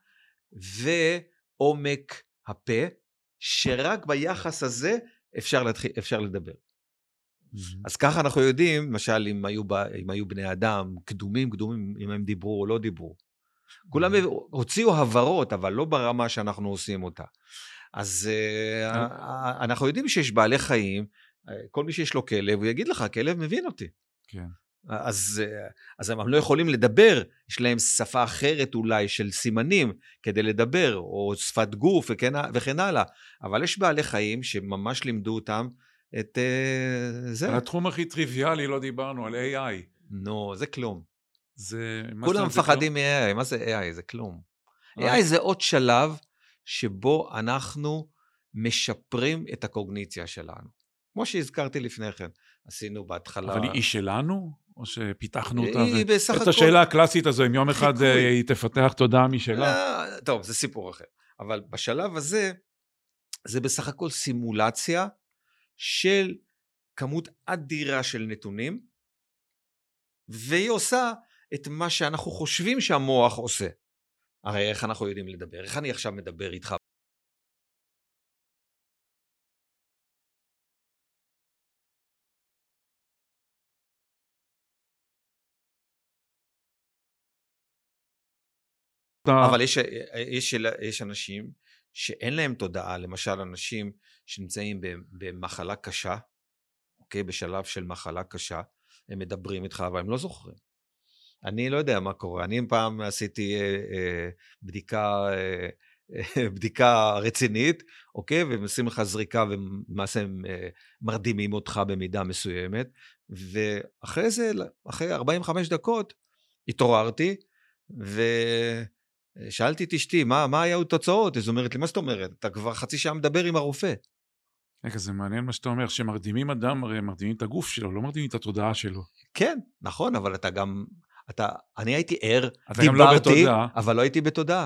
ועומק הפה, שרק ביחס הזה אפשר לדבר. אז ככה אנחנו יודעים, למשל, אם היו בני אדם קדומים, אם הם דיברו או לא דיברו. כולם הוציאו הברות, אבל לא ברמה שאנחנו עושים אותה. אז אנחנו יודעים שיש בעלי חיים, כל מי שיש לו כלב, הוא יגיד לך, כלב מבין אותי. כן. אז הם לא יכולים לדבר, יש להם שפה אחרת אולי של סימנים כדי לדבר, או שפת גוף וכן הלאה. אבל יש בעלי חיים שממש לימדו אותם את זה. על התחום הכי טריוויאלי לא דיברנו, על AI. נו, זה כלום. כולם כולם מפחדים מ-AI, מה זה AI? זה כלום. AI זה עוד שלב שבו אנחנו משפרים את הקוגניציה שלנו. כמו שהזכרתי לפני כן, עשינו בהתחלה... אבל היא שלנו? או שפיתחנו אותה? היא בסך הכל... את השאלה הקלאסית הזו, אם יום אחד היא תפתח תודעה משלה? טוב, זה סיפור אחר. אבל בשלב הזה, זה בסך הכל סימולציה של כמות אדירה של נתונים, והיא עושה את מה שאנחנו חושבים שהמוח עושה. הרי איך אנחנו יודעים לדבר? איך אני עכשיו מדבר איתך? אבל יש אנשים שאין להם תודעה, למשל אנשים שנמצאים במחלה קשה, אוקיי, בשלב של מחלה קשה, הם מדברים איתך, אבל הם לא זוכרים. אני לא יודע מה קורה. אני פעם עשיתי בדיקה רצינית, אוקיי, והם עושים לך זריקה, ומעשה הם מרדימים אותך במידה מסוימת, ואחרי זה, אחרי 45 דקות, התעוררתי, ושאלתי את אשתי, מה היו תוצאות? אז אומרת לי, מה זאת אומרת? אתה כבר חצי שעה מדבר עם הרופא. זה מעניין מה שאתה אומר, שמרדימים אדם, הרי מרדימים את הגוף שלו, לא מרדימים את התודעה שלו. כן, נכון, אבל אתה גם, אני הייתי ער, דיברתי, אבל לא הייתי בתודעה.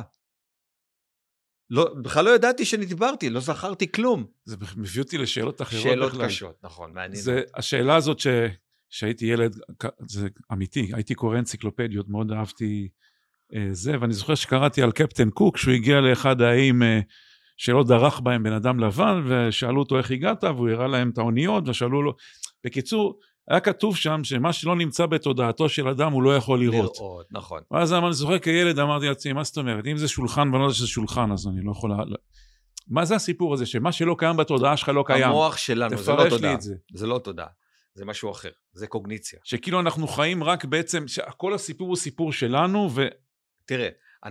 בכלל לא ידעתי שדיברתי, לא זכרתי כלום. זה מביא אותי לשאלות אחרות שאלות קשות, נכון, מעניין. השאלה הזאת שהייתי ילד, זה אמיתי, הייתי קורא אנציקלופדיות, מאוד אהבתי זה, ואני זוכר שקראתי על קפטן קוק, שהוא הגיע לאחד האיים שלא דרך בהם בן אדם לבן, ושאלו אותו איך הגעת, והוא הראה להם את האוניות, ושאלו לו, בקיצור, היה כתוב שם שמה שלא נמצא בתודעתו של אדם הוא לא יכול לראות. נכון. ואז אני זוכר כילד, אמרתי לעצמי, מה זאת אומרת? אם זה שולחן ואני לא יודע שזה שולחן, אז אני לא יכול... מה זה הסיפור הזה? שמה שלא קיים בתודעה שלך לא קיים. המוח שלנו, זה לא תודעה. זה. זה לא תודעה. זה משהו אחר. זה קוגניציה. שכאילו אנחנו חיים רק בעצם, שכל הסיפור הוא סיפור שלנו תראה,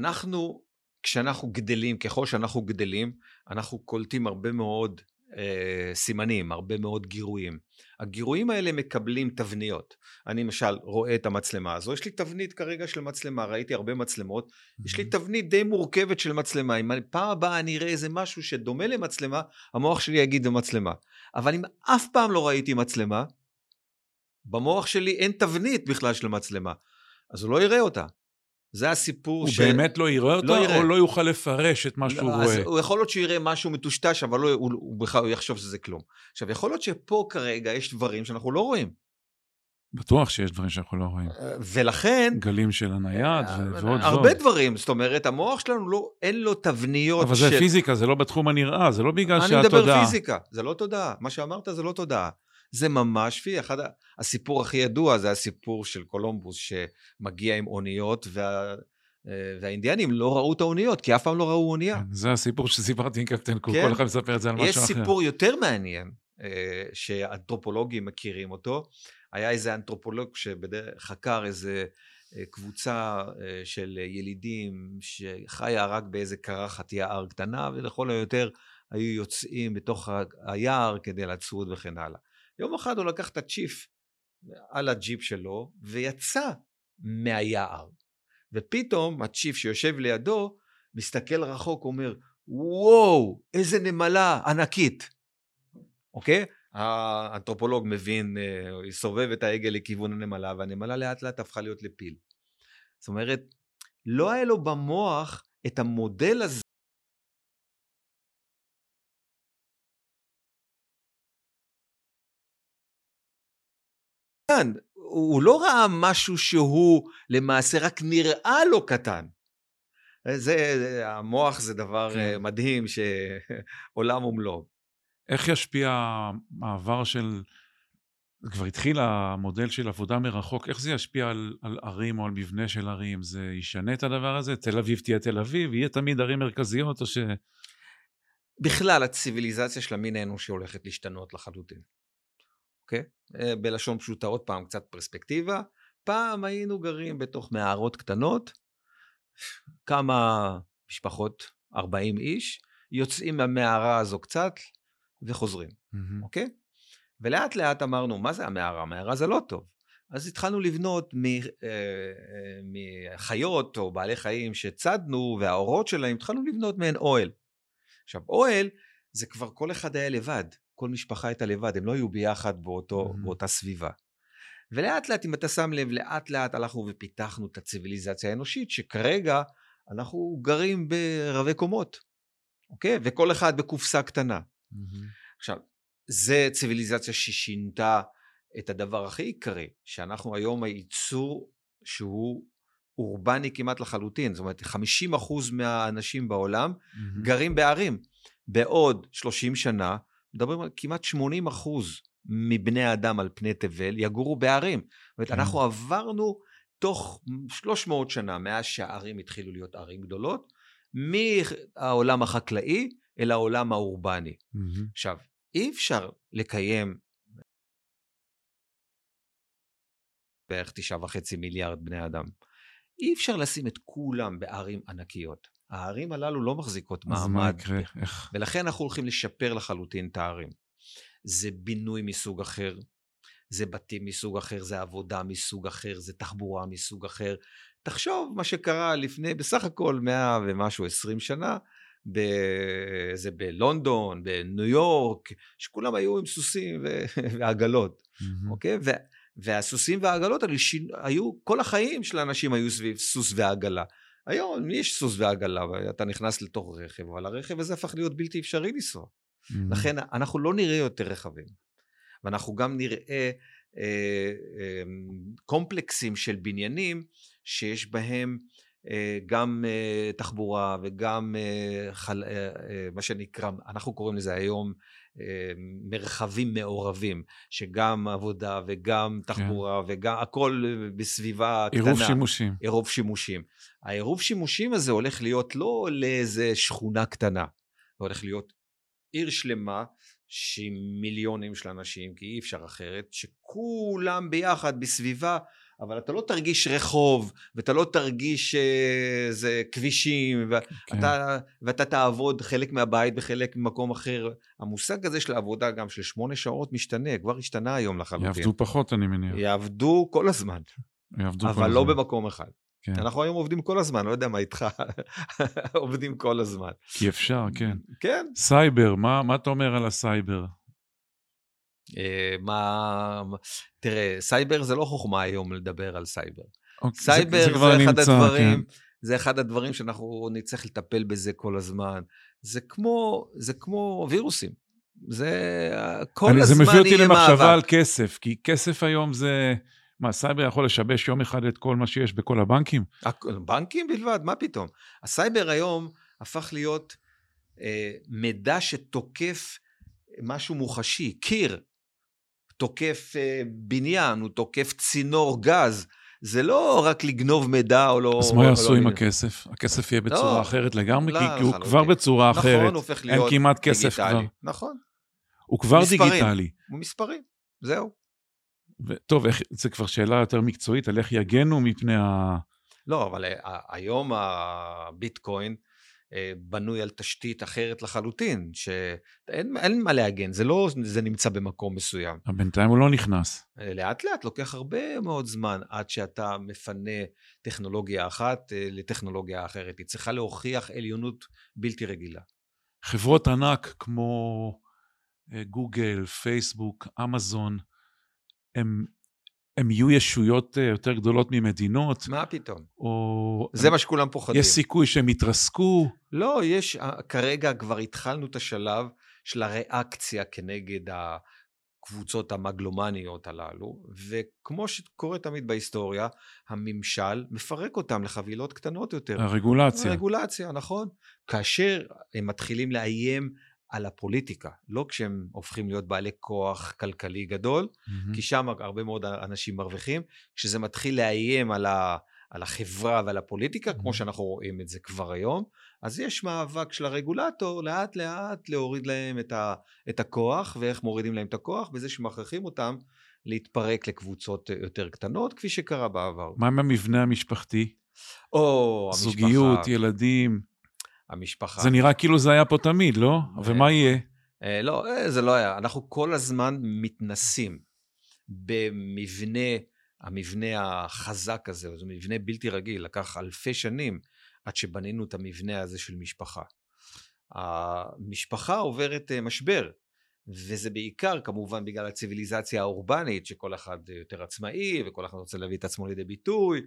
כשאנחנו גדלים, ככל שאנחנו גדלים, אנחנו קולטים הרבה מאוד סימנים, הרבה מאוד גירויים. הגירויים האלה מקבלים תבניות. אני למשל רואה את המצלמה הזו, יש לי תבנית כרגע של מצלמה, ראיתי הרבה מצלמות, יש לי תבנית די מורכבת של מצלמה, אם פעם הבאה אני אראה איזה משהו שדומה למצלמה, המוח שלי יגיד זה מצלמה. אבל אם אף פעם לא ראיתי מצלמה, במוח שלי אין תבנית בכלל של מצלמה, אז הוא לא יראה אותה. זה הסיפור הוא באמת לא יראה אותה, או לא יוכל לפרש את מה שהוא רואה? הוא יכול להיות שיראה משהו מטושטש, אבל הוא בכלל יחשוב שזה כלום. עכשיו, יכול להיות שפה כרגע יש דברים שאנחנו לא רואים. בטוח שיש דברים שאנחנו לא רואים. ולכן... גלים של הנייד ועוד. הרבה דברים, זאת אומרת, המוח שלנו אין לו תבניות אבל זה פיזיקה, זה לא בתחום הנראה, זה לא בגלל שהתודעה... אני מדבר פיזיקה, זה לא תודעה. מה שאמרת זה לא תודעה. זה ממש הסיפור הכי ידוע, זה הסיפור של קולומבוס שמגיע עם אוניות, והאינדיאנים לא ראו את האוניות, כי אף פעם לא ראו אונייה. זה הסיפור שסיפרתי עם קפטן קוק, כל אחד מספר את זה על משהו אחר. יש סיפור יותר מעניין, שאנתרופולוגים מכירים אותו, היה איזה אנתרופולוג שחקר איזה קבוצה של ילידים, שחיה רק באיזה קרחת יער קטנה, ולכל היותר היו יוצאים בתוך היער כדי לצוד וכן הלאה. יום אחד הוא לקח את הצ'יף על הג'יפ שלו, ויצא מהיער. ופתאום הצ'יף שיושב לידו, מסתכל רחוק, אומר, וואו, איזה נמלה ענקית. אוקיי? האנתרופולוג מבין, יסובב את העגל לכיוון הנמלה, והנמלה לאט לאט הפכה להיות לפיל. זאת אומרת, לא היה לו במוח את המודל הזה, הוא לא ראה משהו שהוא למעשה רק נראה לו קטן. המוח זה דבר מדהים שעולם ומלואו. איך ישפיע המעבר של כבר התחיל המודל של עבודה מרחוק, איך זה ישפיע על ערים או על מבנה של ערים? זה ישנה את הדבר הזה? תל אביב תהיה תל אביב? יהיה תמיד ערים מרכזיות או ש... בכלל, הציביליזציה של המין האנושי הולכת להשתנות לחלוטין. אוקיי? בלשון פשוטה, עוד פעם, קצת פרספקטיבה. פעם היינו גרים בתוך מערות קטנות, כמה משפחות, 40 איש, יוצאים מהמערה הזו קצת וחוזרים. אוקיי? ולאט לאט אמרנו, מה זה המערה? המערה זה לא טוב. אז התחלנו לבנות מחיות או בעלי חיים שצדנו, והאורות שלהם, התחלנו לבנות מהן אוהל. עכשיו, אוהל זה כבר כל אחד היה לבד, כל משפחה הייתה לבד, הם לא היו ביחד באותה סביבה. ולאט לאט, אם אתה שם לב, לאט לאט הלכנו ופיתחנו את הציביליזציה האנושית, שכרגע אנחנו גרים ברבי קומות, אוקיי? וכל אחד בקופסה קטנה. עכשיו, זה ציביליזציה ששינתה את הדבר הכי עיקרי, שאנחנו היום הייצור שהוא אורבני כמעט לחלוטין, זאת אומרת 50% מהאנשים בעולם גרים בערים, בעוד 30 שנה, מדברים על כמעט 80% מבני האדם על פני תבל יגורו בערים, זאת אומרת אנחנו עברנו תוך 300 שנה, מאז שהערים התחילו להיות ערים גדולות, מהעולם החקלאי אל העולם האורבני. עכשיו, אי אפשר לקיים בערך 9.5 מיליארד בני אדם. אי אפשר לשים את כולם בערים ענקיות. הערים הללו לא מחזיקות מעמד. אז מה יקרה? ולכן אנחנו הולכים לשפר לחלוטין את הערים. זה בינוי מסוג אחר, זה בתים מסוג אחר, זה עבודה מסוג אחר, זה תחבורה מסוג אחר. תחשוב מה שקרה לפני בסך הכל 100 ומשהו 20 שנה, זה בלונדון, בניו יורק, שכולם היו עם סוסים ועגלות, אוקיי? והסוסים והעגלות היו, כל החיים של האנשים היו סביב סוס ועגלה. היום יש סוס ועגלה, ואתה נכנס לתוך רכב, אבל הרכב הזה הפך להיות בלתי אפשרי לנסוע. לכן אנחנו לא נראה יותר רכבים, ואנחנו גם נראה קומפלקסים של בניינים, שיש בהם גם תחבורה וגם מה שנקרא, אנחנו קוראים לזה היום מרחבים מעורבים, שגם עבודה וגם תחבורה וגם הכל בסביבה קטנה. עירוב שימושים. עירוב שימושים. העירוב שימושים הזה הולך להיות לא לאיזה שכונה קטנה, הולך להיות עיר שלמה, מיליונים של אנשים, כי אי אפשר אחרת, שכולם ביחד בסביבה, אבל אתה לא תרגיש רחוב, ואתה לא תרגיש זה כבישים, ואתה תעבוד חלק מהבית וחלק ממקום אחר. המושג הזה של העבודה גם של 8 שעות משתנה, כבר השתנה היום לחלוטין. יעבדו פחות, אני מניח. יעבדו כל הזמן, אבל לא במקום אחד. כן. אנחנו היום עובדים כל הזמן, לא יודע מה איתך, עובדים כל הזמן. כי אפשר, כן. כן. סייבר, מה אתה אומר על הסייבר? תראה, סייבר זה לא חוכמה היום לדבר על סייבר. סייבר זה אחד הדברים שאנחנו נצטרך לטפל בזה כל הזמן. זה כמו וירוסים. זה כל הזמן זה מביא אותי למחשבה על כסף, כי כסף היום זה... מה, סייבר יכול לשבש יום אחד את כל מה שיש בכל הבנקים? בנקים בלבד, מה פתאום? הסייבר היום הפך להיות מידע שתוקף משהו מוחשי, קיר, תוקף בניין, הוא תוקף צינור גז, זה לא רק לגנוב מידע או לא... אז מה יעשו עם הכסף? הכסף יהיה בצורה אחרת לגמרי, כי הוא כבר בצורה אחרת, אין כמעט כסף כבר. נכון. הוא כבר דיגיטלי. הוא מספרים, זהו. טוב, זה כבר שאלה יותר מקצועית, על איך יגנו מפני לא, אבל היום הביטקוין בנוי על תשתית אחרת לחלוטין, שאין מה להגן, זה נמצא במקום מסוים. בינתיים הוא לא נכנס. לאט לאט, לוקח הרבה מאוד זמן, עד שאתה מפנה טכנולוגיה אחת לטכנולוגיה אחרת. היא צריכה להוכיח עליונות בלתי רגילה. חברות ענק כמו גוגל, פייסבוק, אמזון, הם יהיו ישויות יותר גדולות ממדינות? מה פתאום? זה מה שכולם פוחדים. יש סיכוי שהם יתרסקו? לא, כרגע כבר התחלנו את השלב של הריאקציה כנגד הקבוצות המגלומניות הללו, וכמו שקורה תמיד בהיסטוריה, הממשל מפרק אותם לחבילות קטנות יותר. הרגולציה. הרגולציה, נכון. כאשר הם מתחילים לאיים על הפוליטיקה, לא כשהם הופכים להיות בעלי כוח כלכלי גדול, כי שם הרבה מאוד אנשים מרוויחים, כשזה מתחיל לאיים על החברה ועל הפוליטיקה, כמו שאנחנו רואים את זה כבר היום, אז יש מאבק של הרגולטור, לאט לאט להוריד להם את הכוח, ואיך מורידים להם את הכוח, בזה שמכריחים אותם להתפרק לקבוצות יותר קטנות, כפי שקרה בעבר. מה עם המבנה המשפחתי? זוגיות, ילדים. המשפחה. זה נראה כאילו זה היה פה תמיד, לא? ומה יהיה? לא, זה לא היה. אנחנו כל הזמן מתנסים המבנה החזק הזה, זה מבנה בלתי רגיל, לקח אלפי שנים עד שבנינו את המבנה הזה של משפחה. המשפחה עוברת משבר, וזה בעיקר כמובן בגלל הציביליזציה האורבנית, שכל אחד יותר עצמאי, וכל אחד רוצה להביא את עצמו לידי ביטוי.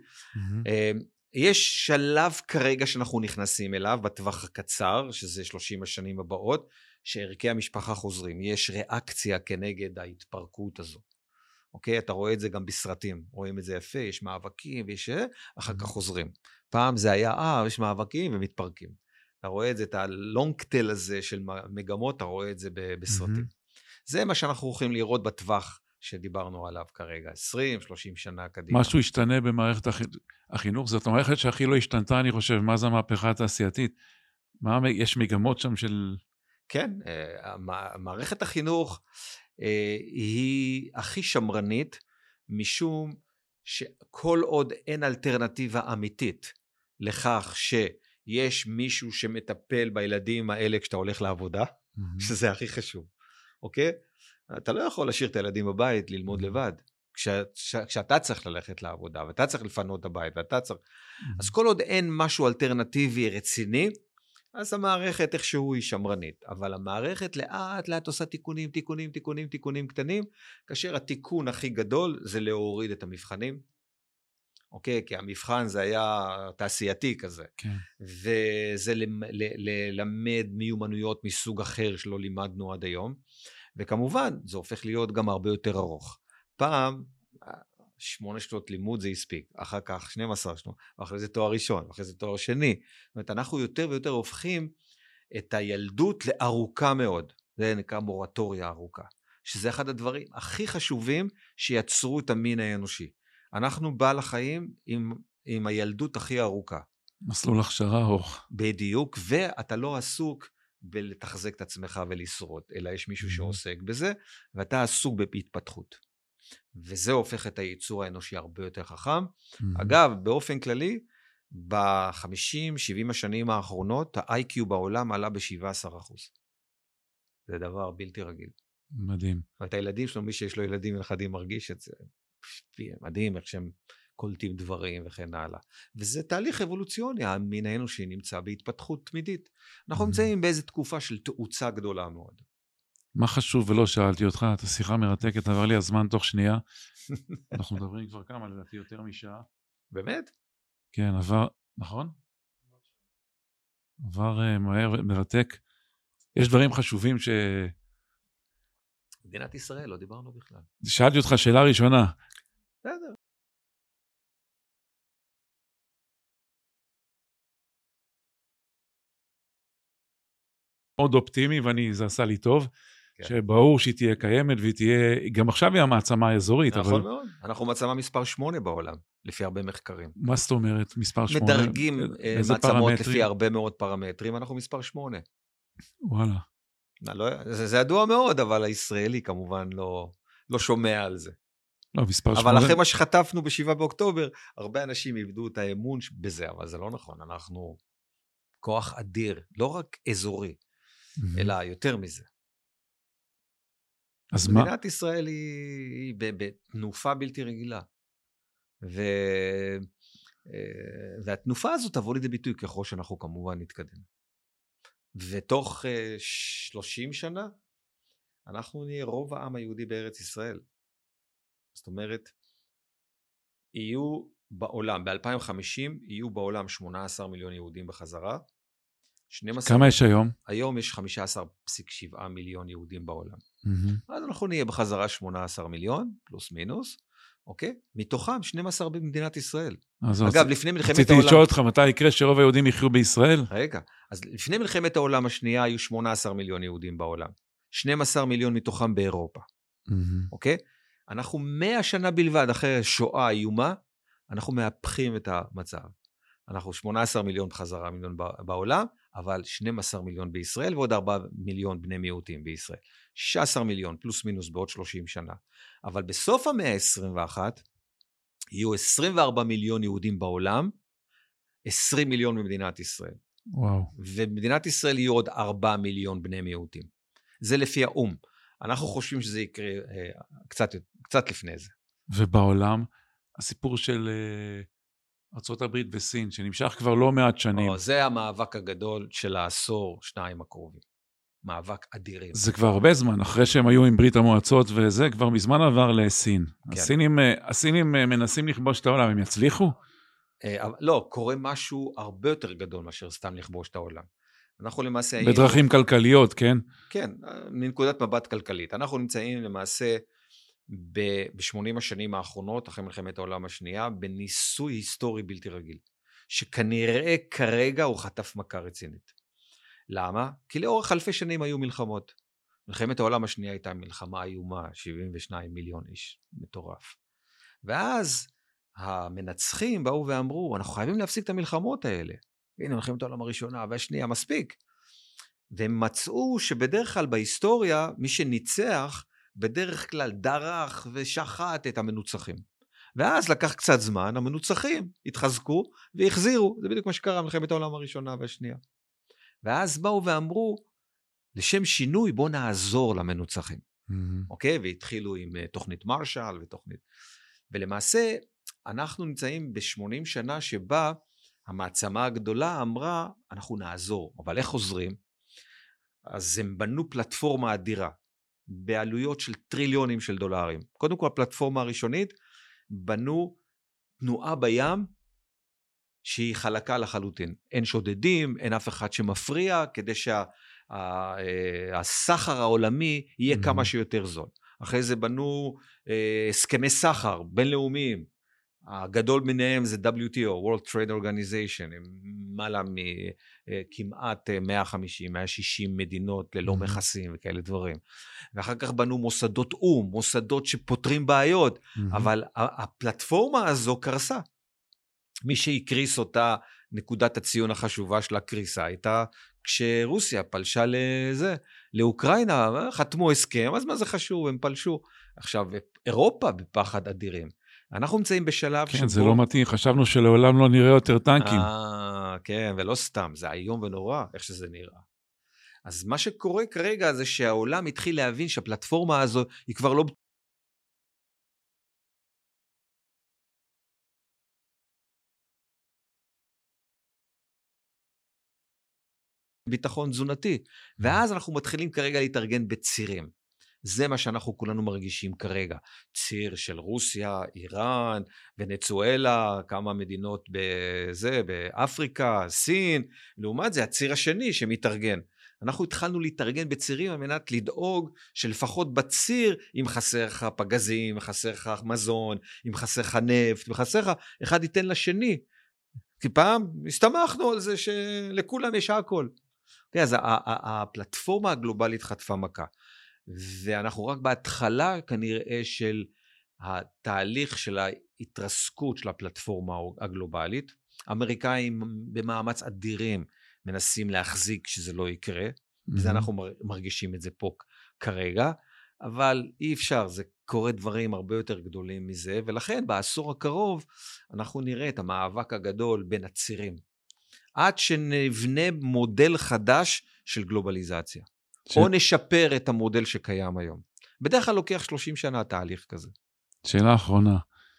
יש שלב כרגע שאנחנו נכנסים אליו, בטווח הקצר, שזה 30 השנים הבאות, שערכי המשפחה חוזרים. יש ריאקציה כנגד ההתפרקות הזו. אוקיי? אתה רואה את זה גם בסרטים, רואים את זה יפה, יש מאבקים, אחר כך חוזרים. פעם זה היה, יש מאבקים ומתפרקים. אתה רואה את זה, את הלונג-טל הזה של מגמות, אתה רואה את זה בסרטים. זה מה שאנחנו הולכים לראות בטווח שדיברנו עליו כרגע, 20-30 שנה קדימה. משהו ישתנה במערכת החינוך, זאת המערכת שהכי לא השתנתה, אני חושב, מה זה המהפכה התעשייתית? יש מגמות שם של... כן, מערכת החינוך היא הכי שמרנית, משום שכל עוד אין אלטרנטיבה אמיתית לכך שיש מישהו שמטפל בילדים האלה כשאתה הולך לעבודה, שזה הכי חשוב, אוקיי? אתה לא יכול להשאיר את הילדים בבית ללמוד לבד, כשאתה צריך ללכת לעבודה, ואתה צריך לפנות את הבית, ואתה צריך... אז כל עוד אין משהו אלטרנטיבי רציני, אז המערכת איכשהו היא שמרנית, אבל המערכת לאט לאט עושה תיקונים קטנים, כאשר התיקון הכי גדול זה להוריד את המבחנים, אוקיי? כי המבחן זה היה תעשייתי כזה, כן. וזה ללמד מיומנויות מסוג אחר שלא לימדנו עד היום, וכמובן זה הופך להיות גם הרבה יותר ארוך. פעם 8 שנות לימוד זה הספיק, אחר כך 12 שנות, ואחרי זה תואר ראשון, ואחרי זה תואר שני. זאת אומרת, אנחנו יותר ויותר הופכים את הילדות לארוכה מאוד. זה נקרא מורטוריה ארוכה, שזה אחד הדברים הכי חשובים שיצרו את המין האנושי. אנחנו בא לחיים עם הילדות הכי ארוכה. מסלול הכשרה ארוך. בדיוק, ואתה לא עסוק בלתחזק את עצמך ולשרוד, אלא יש מישהו שעוסק בזה, ואתה עסוק בהתפתחות. וזה הופך את הייצור האנושי הרבה יותר חכם. אגב, באופן כללי, ב-50-70 השנים האחרונות, ה-IQ בעולם עלה ב-17%. זה דבר בלתי רגיל. מדהים. ואת הילדים שלנו, מי שיש לו ילדים ונכדים מרגיש את זה. מדהים איך שהם קולטים דברים וכן הלאה. וזה תהליך אבולוציוני, המין האנושי נמצא בהתפתחות תמידית. אנחנו נמצאים באיזו תקופה של תאוצה גדולה מאוד. מה חשוב ולא שאלתי אותך, את השיחה מרתקת, עבר לי הזמן תוך שנייה. אנחנו מדברים כבר כמה, לדעתי יותר משעה. באמת? כן, עבר, נכון? עבר מהר, מרתק. יש דברים חשובים ש... מדינת ישראל, לא דיברנו בכלל. שאלתי אותך שאלה ראשונה. בסדר. מאוד אופטימי, וזה עשה לי טוב, כן. שברור שהיא תהיה קיימת, והיא תהיה, גם עכשיו היא המעצמה האזורית. נכון מאוד, אנחנו מעצמה מספר 8 בעולם, לפי הרבה מחקרים. מה זאת אומרת, מספר 8? מדרגים מעצמות לפי הרבה מאוד פרמטרים, אנחנו מספר 8. וואלה. זה ידוע מאוד, אבל הישראלי כמובן לא שומע על זה. לא, מספר 8. אבל אחרי מה שחטפנו ב7 באוקטובר, הרבה אנשים איבדו את האמון בזה, אבל זה לא נכון, אנחנו כוח אדיר, לא רק אזורי, אלא יותר מזה. אז מה? מדינת ישראל היא בתנופה בלתי רגילה. והתנופה הזאת תבוא לידי ביטוי ככל שאנחנו כמובן נתקדם. ותוך 30 שנה, אנחנו נהיה רוב העם היהודי בארץ ישראל. זאת אומרת, יהיו בעולם, ב-2050 יהיו בעולם 18 מיליון יהודים בחזרה. כמה יש היום? היום יש 15.7 מיליון יהודים בעולם. אז אנחנו נהיה בחזרה 18 מיליון, פלוס מינוס, אוקיי? מתוכם 12 במדינת ישראל. אגב, לפני מלחמת העולם... רציתי לשאול אותך, מתי יקרה שרוב היהודים יחיו בישראל? רגע, אז לפני מלחמת העולם השנייה היו 18 מיליון יהודים בעולם. 12 מיליון מתוכם באירופה. אוקיי? אנחנו 100 שנה בלבד אחרי שואה איומה, אנחנו מהפכים את המצב. אנחנו 18 מיליון בחזרה מיליון בעולם, אבל 12 מיליון בישראל, ועוד 4 מיליון בני מיעוטים בישראל. 16 מיליון פלוס מינוס בעוד 30 שנה. אבל בסוף המאה ה-21, יהיו 24 מיליון יהודים בעולם, 20 מיליון במדינת ישראל. וואו. ובמדינת ישראל יהיו עוד 4 מיליון בני מיעוטים. זה לפי האום. אנחנו חושבים שזה יקרה קצת לפני זה. ובעולם, הסיפור של ארצות הברית וסין, שנמשך כבר לא מעט שנים. זה המאבק הגדול של העשור, 2 הקרובים. מאבק אדירים. זה כבר הרבה זמן, אחרי שהם היו עם ברית המועצות וזה, כבר מזמן עבר לסין. כן. הסינים מנסים לכבוש את העולם, הם יצליחו? לא, קורה משהו הרבה יותר גדול מאשר סתם לכבוש את העולם. אנחנו למעשה... בדרכים כלכליות, כן? כן, מנקודת מבט כלכלית. אנחנו נמצאים למעשה ב-80 השנים האחרונות, אחרי מלחמת העולם השנייה, בניסוי היסטורי בלתי רגיל, שכנראה כרגע הוא חטף מכה רצינית. למה? כי לאורך אלפי שנים היו מלחמות. מלחמת העולם השנייה הייתה מלחמה איומה, 72 מיליון איש, מטורף. ואז המנצחים באו ואמרו, אנחנו חייבים להפסיק את המלחמות האלה. הנה, מלחמת העולם הראשונה והשנייה, מספיק. והם מצאו שבדרך כלל בהיסטוריה, מי שניצח, בדרך כלל דרך ושחט את המנוצחים. ואז לקח קצת זמן, המנוצחים התחזקו והחזירו. זה בדיוק מה שקרה מלחמת העולם הראשונה והשנייה. ואז באו ואמרו, לשם שינוי בוא נעזור למנוצחים. אוקיי? והתחילו עם תוכנית מרשל ותוכנית. ולמעשה, אנחנו נמצאים ב-80 שנה שבה המעצמה הגדולה אמרה, אנחנו נעזור. אבל איך עוזרים? אז הם בנו פלטפורמה אדירה, בעלויות של טריליונים של דולרים. קודם כל, הפלטפורמה הראשונית, בנו תנועה בים, שהיא חלקה לחלוטין. אין שודדים, אין אף אחד שמפריע, כדי שהסחר העולמי יהיה כמה שיותר זול. אחרי זה בנו הסכמי סחר בינלאומיים, הגדול ביניהם זה WTO, World Trade Organization, עם מעלה מכמעט 150, 160 מדינות ללא מכסים וכאלה דברים. ואחר כך בנו מוסדות אום, מוסדות שפותרים בעיות, אבל הפלטפורמה הזו קרסה. מי שהקריס אותה, נקודת הציון החשובה של הקריסה, הייתה כשרוסיה פלשה לאוקראינה, חתמו הסכם, אז מה זה חשוב, הם פלשו. עכשיו, אירופה בפחד אדירים. אנחנו נמצאים בשלב כן, שבו... זה לא מתאים, חשבנו שלעולם לא נראה יותר טנקים. כן, ולא סתם, זה היום ונורא, איך שזה נראה. אז מה שקורה כרגע זה שהעולם התחיל להבין שהפלטפורמה הזו היא כבר לא... ביטחון תזונתי, ואז אנחנו מתחילים כרגע להתארגן בצירים. זה מה שאנחנו כולנו מרגישים כרגע. ציר של רוסיה, איראן, ונצואלה, כמה מדינות באפריקה, סין, לעומת זה הציר השני שמתארגן. אנחנו התחלנו להתארגן בצירים על מנת לדאוג שלפחות בציר, אם חסר לך פגזים, אם חסר לך מזון, אם חסר לך נפט, אם חסר לך, אחד ייתן לשני. כי פעם הסתמכנו על זה שלכולם יש הכל. אז הפלטפורמה הגלובלית חטפה מכה. ואנחנו רק בהתחלה כנראה של התהליך של ההתרסקות של הפלטפורמה הגלובלית. האמריקאים במאמץ אדירים מנסים להחזיק שזה לא יקרה, וזה אנחנו מרגישים את זה פה כרגע, אבל אי אפשר, זה קורה דברים הרבה יותר גדולים מזה, ולכן בעשור הקרוב אנחנו נראה את המאבק הגדול בין הצירים, עד שנבנה מודל חדש של גלובליזציה. או נשפר את המודל שקיים היום. בדרך כלל לוקח 30 שנה תהליך כזה. שאלה אחרונה.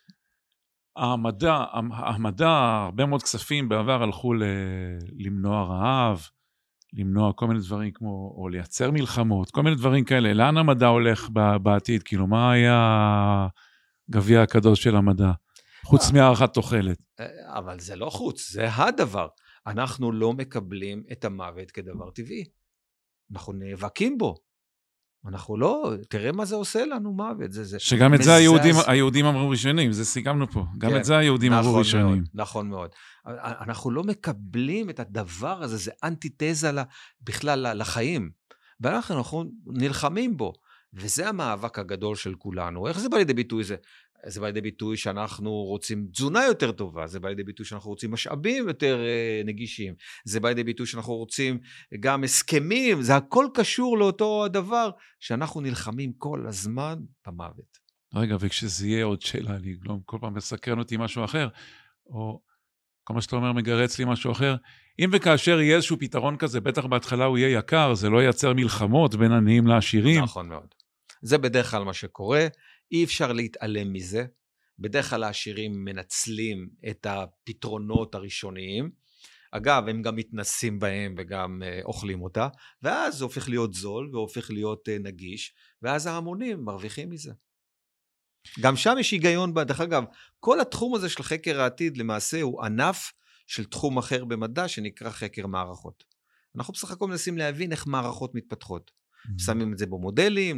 המדע, הרבה מאוד כספים בעבר הלכו למנוע רעב, למנוע כל מיני דברים כמו, או לייצר מלחמות, כל מיני דברים כאלה. לאן המדע הולך בעתיד? כאילו, מה היה גביע הקדוש של המדע? חוץ מהערכת תוחלת. אבל זה לא חוץ, זה הדבר. אנחנו לא מקבלים את המוות כדבר טבעי. אנחנו נאבקים בו, אנחנו לא, תראה מה זה עושה לנו מוות. שגם את זה היהודים אמרו ראשונים, זה סיכמנו פה. גם את זה היהודים אמרו ראשונים. נכון מאוד. אנחנו לא מקבלים את הדבר הזה, זה אנטיתזה בכלל לחיים. ואנחנו נלחמים בו. וזה המאבק הגדול של כולנו. איך זה בא לידי ביטוי זה? זה בא לידי ביטוי שאנחנו רוצים תזונה יותר טובה, זה בא לידי ביטוי שאנחנו רוצים משאבים יותר נגישים, זה בא לידי ביטוי שאנחנו רוצים גם הסכמים, זה הכל קשור לאותו הדבר, שאנחנו נלחמים כל הזמן במוות. רגע, וכשזה יהיה עוד שאלה, אני לא כל פעם מסקרן אותי משהו אחר, או כל מה שאתה אומר מגרץ לי משהו אחר, אם וכאשר יהיה איזשהו פתרון כזה, בטח בהתחלה הוא יהיה יקר, זה לא ייצר מלחמות בין עניים לעשירים. נכון מאוד. זה בדרך כלל מה שקורה, אי אפשר להתעלם מזה, בדרך כלל העשירים מנצלים את הפתרונות הראשוניים, אגב, הם גם מתנסים בהם וגם אוכלים אותה, ואז זה הופך להיות זול והופך להיות נגיש, ואז ההמונים מרוויחים מזה. גם שם יש היגיון, דרך אגב, כל התחום הזה של חקר העתיד למעשה הוא ענף של תחום אחר במדע שנקרא חקר מערכות. אנחנו בסך הכל מנסים להבין איך מערכות מתפתחות. שמים את זה במודלים,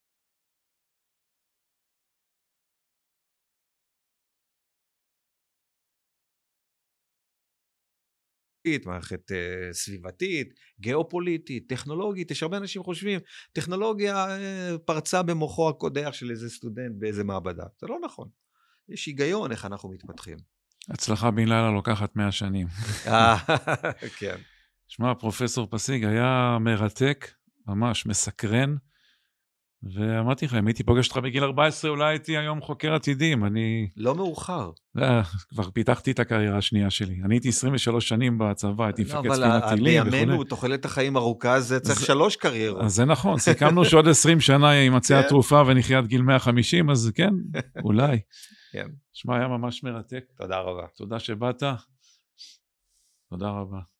מערכת סביבתית, גיאופוליטית, טכנולוגית, יש הרבה אנשים חושבים, טכנולוגיה פרצה במוחו הקודח של איזה סטודנט באיזה מעבדה. זה לא נכון. יש היגיון איך אנחנו מתפתחים. הצלחה בן לילה לוקחת 100 שנים. כן. שמע, פרופסור פסיג היה מרתק, ממש מסקרן, ואמרתי לך, אם הייתי פוגש אותך בגיל 14, אולי הייתי היום חוקר עתידים, אני... לא מאוחר. כבר פיתחתי את הקריירה השנייה שלי. אני הייתי 23 שנים בצבא, הייתי מפקד ספינת טילים. אבל בימינו, תוחלת החיים ארוכה, זה צריך 3 קריירות. אז זה נכון, סיכמנו שעוד 20 שנה יימצא התרופה ונחיה עד גיל 150, אז כן, אולי. כן. שמע, היה ממש מרתק. תודה רבה. תודה שבאת. תודה רבה.